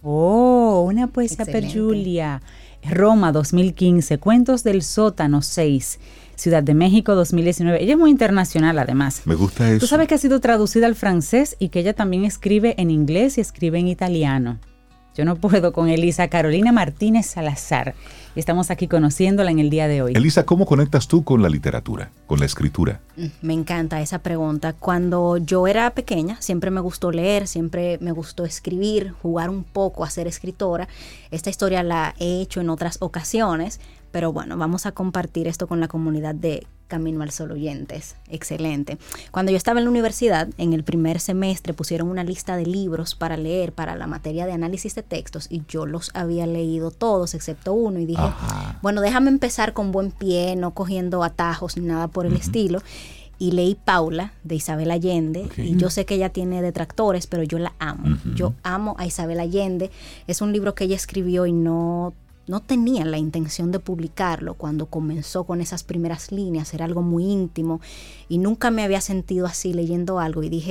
Oh, una poesía per Julia. Roma dos mil quince, Cuentos del Sótano seis, Ciudad de México dos mil diecinueve. Ella es muy internacional además. Me gusta eso. Tú sabes que ha sido traducida al francés y que ella también escribe en inglés y escribe en italiano. Yo no puedo con Elisa. Carolina Martínez Salazar. Y estamos aquí conociéndola en el día de hoy. Elisa, ¿cómo conectas tú con la literatura, con la escritura? Me encanta esa pregunta. Cuando yo era pequeña, siempre me gustó leer, siempre me gustó escribir, jugar un poco a ser escritora. Esta historia la he hecho en otras ocasiones, pero bueno, vamos a compartir esto con la comunidad de Camino al Sol oyentes. Excelente. Cuando yo estaba en la universidad, en el primer semestre pusieron una lista de libros para leer para la materia de análisis de textos y yo los había leído todos excepto uno y dije, ajá, bueno, déjame empezar con buen pie, no cogiendo atajos ni nada por el uh-huh. estilo. Y leí Paula de Isabel Allende okay. y yo sé que ella tiene detractores, pero yo la amo. Uh-huh. Yo amo a Isabel Allende. Es un libro que ella escribió y no... No tenía la intención de publicarlo cuando comenzó con esas primeras líneas, era algo muy íntimo y nunca me había sentido así leyendo algo y dije,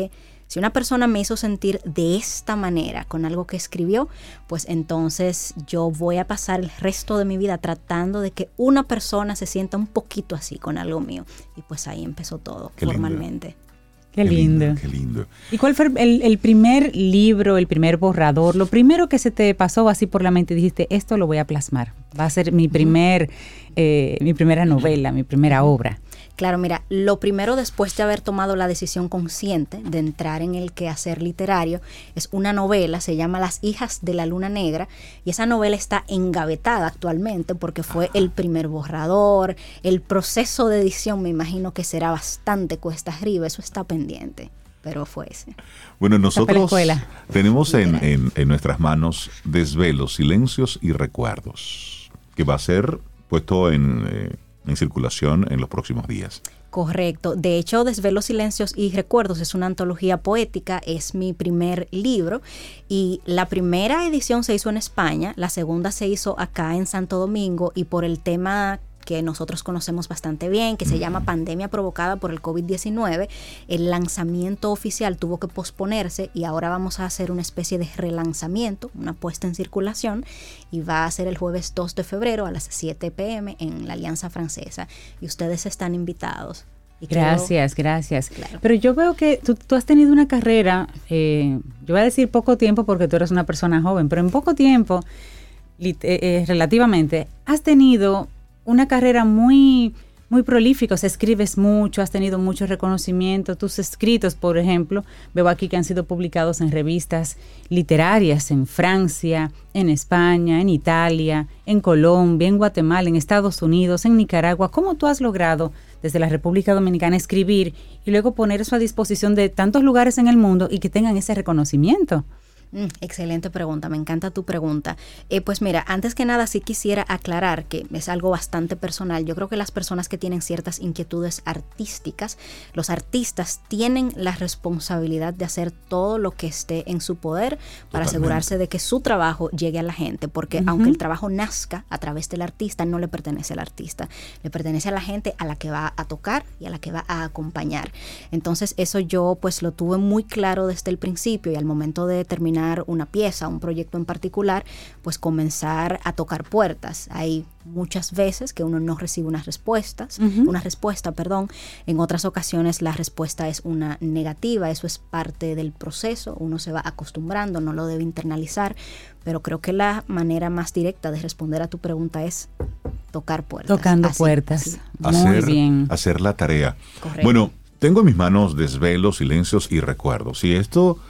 Si una persona me hizo sentir de esta manera con algo que escribió, pues entonces yo voy a pasar el resto de mi vida tratando de que una persona se sienta un poquito así con algo mío. Y pues ahí empezó todo. Qué formalmente. Lindo. Qué, qué lindo. lindo. Qué lindo. ¿Y cuál fue el, el primer libro, el primer borrador, lo primero que se te pasó así por la mente y dijiste, esto lo voy a plasmar? Va a ser mi primer, eh, mi primera novela, mi primera obra. Claro, mira, lo primero después de haber tomado la decisión consciente de entrar en el quehacer literario es una novela, se llama Las hijas de la luna negra, y esa novela está engavetada actualmente porque fue el primer borrador, el proceso de edición me imagino que será bastante cuesta arriba, eso está pendiente, pero fue ese. Bueno, nosotros tenemos en, en, en nuestras manos Desvelos, Silencios y Recuerdos, que va a ser puesto en... Eh, en circulación en los próximos días. Correcto. De hecho, Desvelos, Silencios y Recuerdos es una antología poética, es mi primer libro y la primera edición se hizo en España, la segunda se hizo acá en Santo Domingo y por el tema que nosotros conocemos bastante bien, que se llama pandemia provocada por el covid diecinueve, el lanzamiento oficial tuvo que posponerse y ahora vamos a hacer una especie de relanzamiento, una puesta en circulación y va a ser el jueves dos de febrero a las siete pe eme en la Alianza Francesa y ustedes están invitados. Y gracias, creo, gracias. Claro. Pero yo veo que tú, tú has tenido una carrera, eh, yo voy a decir poco tiempo porque tú eres una persona joven, pero en poco tiempo, eh, eh, relativamente, has tenido una carrera muy, muy prolífica, o sea, escribes mucho, has tenido mucho reconocimiento. Tus escritos, por ejemplo, veo aquí que han sido publicados en revistas literarias en Francia, en España, en Italia, en Colombia, en Guatemala, en Estados Unidos, en Nicaragua. ¿Cómo tú has logrado desde la República Dominicana escribir y luego poner eso a disposición de tantos lugares en el mundo y que tengan ese reconocimiento? Mm, excelente pregunta, me encanta tu pregunta. Eh, pues mira, antes que nada sí quisiera aclarar que es algo bastante personal. Yo creo que las personas que tienen ciertas inquietudes artísticas, los artistas tienen la responsabilidad de hacer todo lo que esté en su poder para Totalmente. asegurarse de que su trabajo llegue a la gente, porque uh-huh. aunque el trabajo nazca a través del artista, no le pertenece al artista, le pertenece a la gente a la que va a tocar y a la que va a acompañar. Entonces eso yo pues lo tuve muy claro desde el principio y al momento de terminar una pieza, un proyecto en particular, pues comenzar a tocar puertas. Hay muchas veces que uno no recibe unas respuestas, uh-huh. una respuesta, perdón. En otras ocasiones la respuesta es una negativa, eso es parte del proceso, uno se va acostumbrando, no lo debe internalizar, pero creo que la manera más directa de responder a tu pregunta es tocar puertas. Tocando así, puertas. Así. Muy hacer, bien. Hacer la tarea. Correcto. Bueno, tengo en mis manos Desvelos, Silencios y Recuerdos. Y esto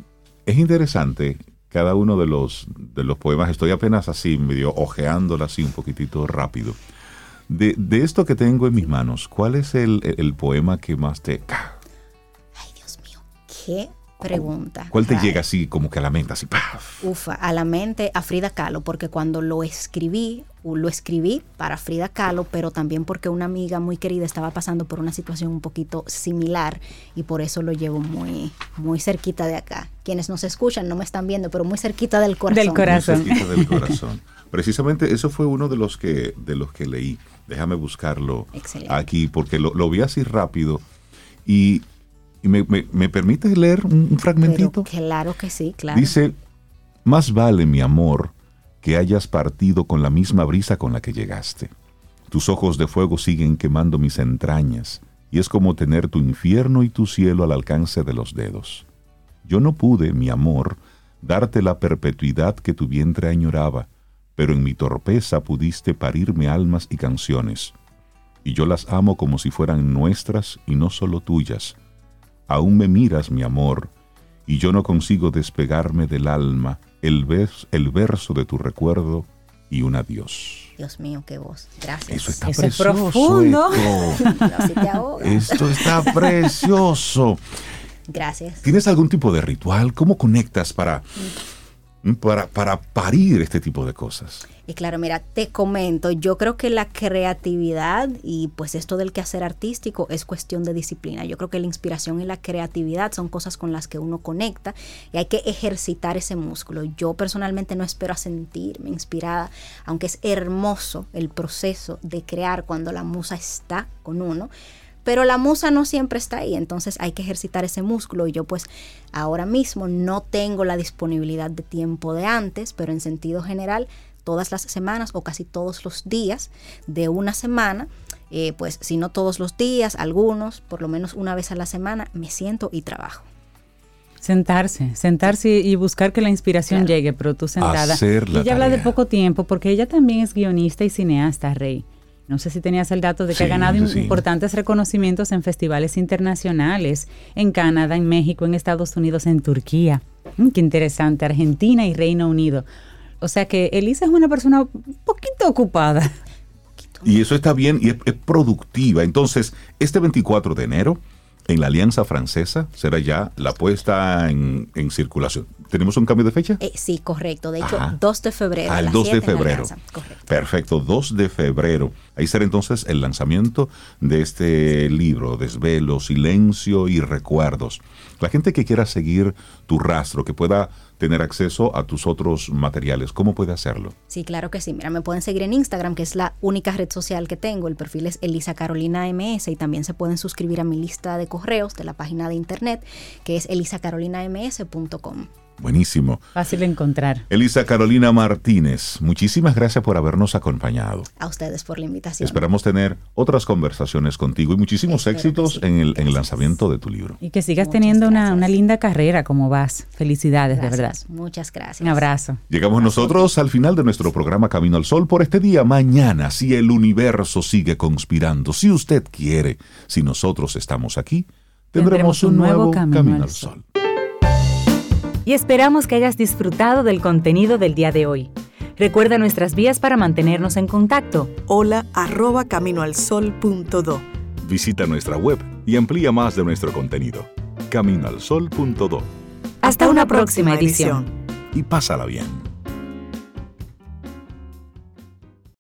es interesante, cada uno de los, de los poemas, estoy apenas así, medio ojeándola así un poquitito rápido. De, de esto que tengo en mis manos, ¿cuál es el, el, el poema que más te... Ay, Dios mío, qué pregunta. ¿Cuál te Ray. llega así como que a la mente, así? ¡Paf! Ufa, a la mente a Frida Kahlo, porque cuando lo escribí, lo escribí para Frida Kahlo, pero también porque una amiga muy querida estaba pasando por una situación un poquito similar y por eso lo llevo muy, muy cerquita de acá. Quienes nos escuchan no me están viendo, pero muy cerquita del corazón. Del corazón. Muy cerquita del corazón. Precisamente eso fue uno de los que, de los que leí. Déjame buscarlo Excelente. aquí, porque lo, lo vi así rápido y... ¿Y me, me, me permites leer un, un fragmentito? Pero claro que sí, claro. Dice, más vale, mi amor, que hayas partido con la misma brisa con la que llegaste. Tus ojos de fuego siguen quemando mis entrañas, y es como tener tu infierno y tu cielo al alcance de los dedos. Yo no pude, mi amor, darte la perpetuidad que tu vientre añoraba, pero en mi torpeza pudiste parirme almas y canciones, y yo las amo como si fueran nuestras y no solo tuyas. Aún me miras, mi amor, y yo no consigo despegarme del alma, el, vers, el verso de tu recuerdo y un adiós. Dios mío, qué voz. Gracias. Eso está Eso precioso. Es profundo. Esto. No, si te ahogas. Esto está precioso. Gracias. ¿Tienes algún tipo de ritual? ¿Cómo conectas para, para, para parir este tipo de cosas? Y claro, mira, te comento, yo creo que la creatividad y pues esto del quehacer artístico es cuestión de disciplina. Yo creo que la inspiración y la creatividad son cosas con las que uno conecta y hay que ejercitar ese músculo. Yo personalmente no espero a sentirme inspirada, aunque es hermoso el proceso de crear cuando la musa está con uno, pero la musa no siempre está ahí, entonces hay que ejercitar ese músculo y yo pues ahora mismo no tengo la disponibilidad de tiempo de antes, pero en sentido general todas las semanas o casi todos los días de una semana, eh, pues si no todos los días, algunos, por lo menos una vez a la semana, me siento y trabajo. Sentarse, sentarse y buscar que la inspiración claro. llegue, pero tú sentada. Hacer la ella habla de poco tiempo, porque ella también es guionista y cineasta, Rey. No sé si tenías el dato de que sí, ha ganado sí. importantes reconocimientos en festivales internacionales, en Canadá, en México, en Estados Unidos, en Turquía. Mm, qué interesante, Argentina y Reino Unido. O sea que Elisa es una persona un poquito ocupada. Y eso está bien y es, es productiva. Entonces, este veinticuatro de enero, en la Alianza Francesa, será ya la puesta en, en circulación. ¿Tenemos un cambio de fecha? Eh, sí, correcto. De hecho, Ajá. dos de febrero. Ah, el dos de febrero. Perfecto, dos de febrero. Ahí será entonces el lanzamiento de este libro, Desvelo, Silencio y Recuerdos. La gente que quiera seguir tu rastro, que pueda tener acceso a tus otros materiales, ¿cómo puede hacerlo? Sí, claro que sí. Mira, me pueden seguir en Instagram, que es la única red social que tengo. El perfil es Elisa Carolina M S y también se pueden suscribir a mi lista de correos de la página de internet, que es elisa carolina m s punto com. Buenísimo. Fácil de encontrar. Elisa Carolina Martínez, muchísimas gracias por habernos acompañado. A ustedes por la invitación. Esperamos tener otras conversaciones contigo y muchísimos Espero éxitos sí. en, el, en el lanzamiento de tu libro. Y que sigas Muchas teniendo una, una linda carrera como vas. Felicidades, gracias. de verdad. Muchas gracias. Un abrazo. Llegamos gracias. nosotros al final de nuestro programa Camino al Sol por este día. Mañana, si el universo sigue conspirando, si usted quiere, si nosotros estamos aquí, tendremos, tendremos un, un nuevo, nuevo Camino, camino al Sol. Y esperamos que hayas disfrutado del contenido del día de hoy. Recuerda nuestras vías para mantenernos en contacto. Hola arroba caminoalsol punto do. Visita nuestra web y amplía más de nuestro contenido. camino al sol punto do. Hasta, Hasta una, una próxima, próxima edición. edición. Y pásala bien.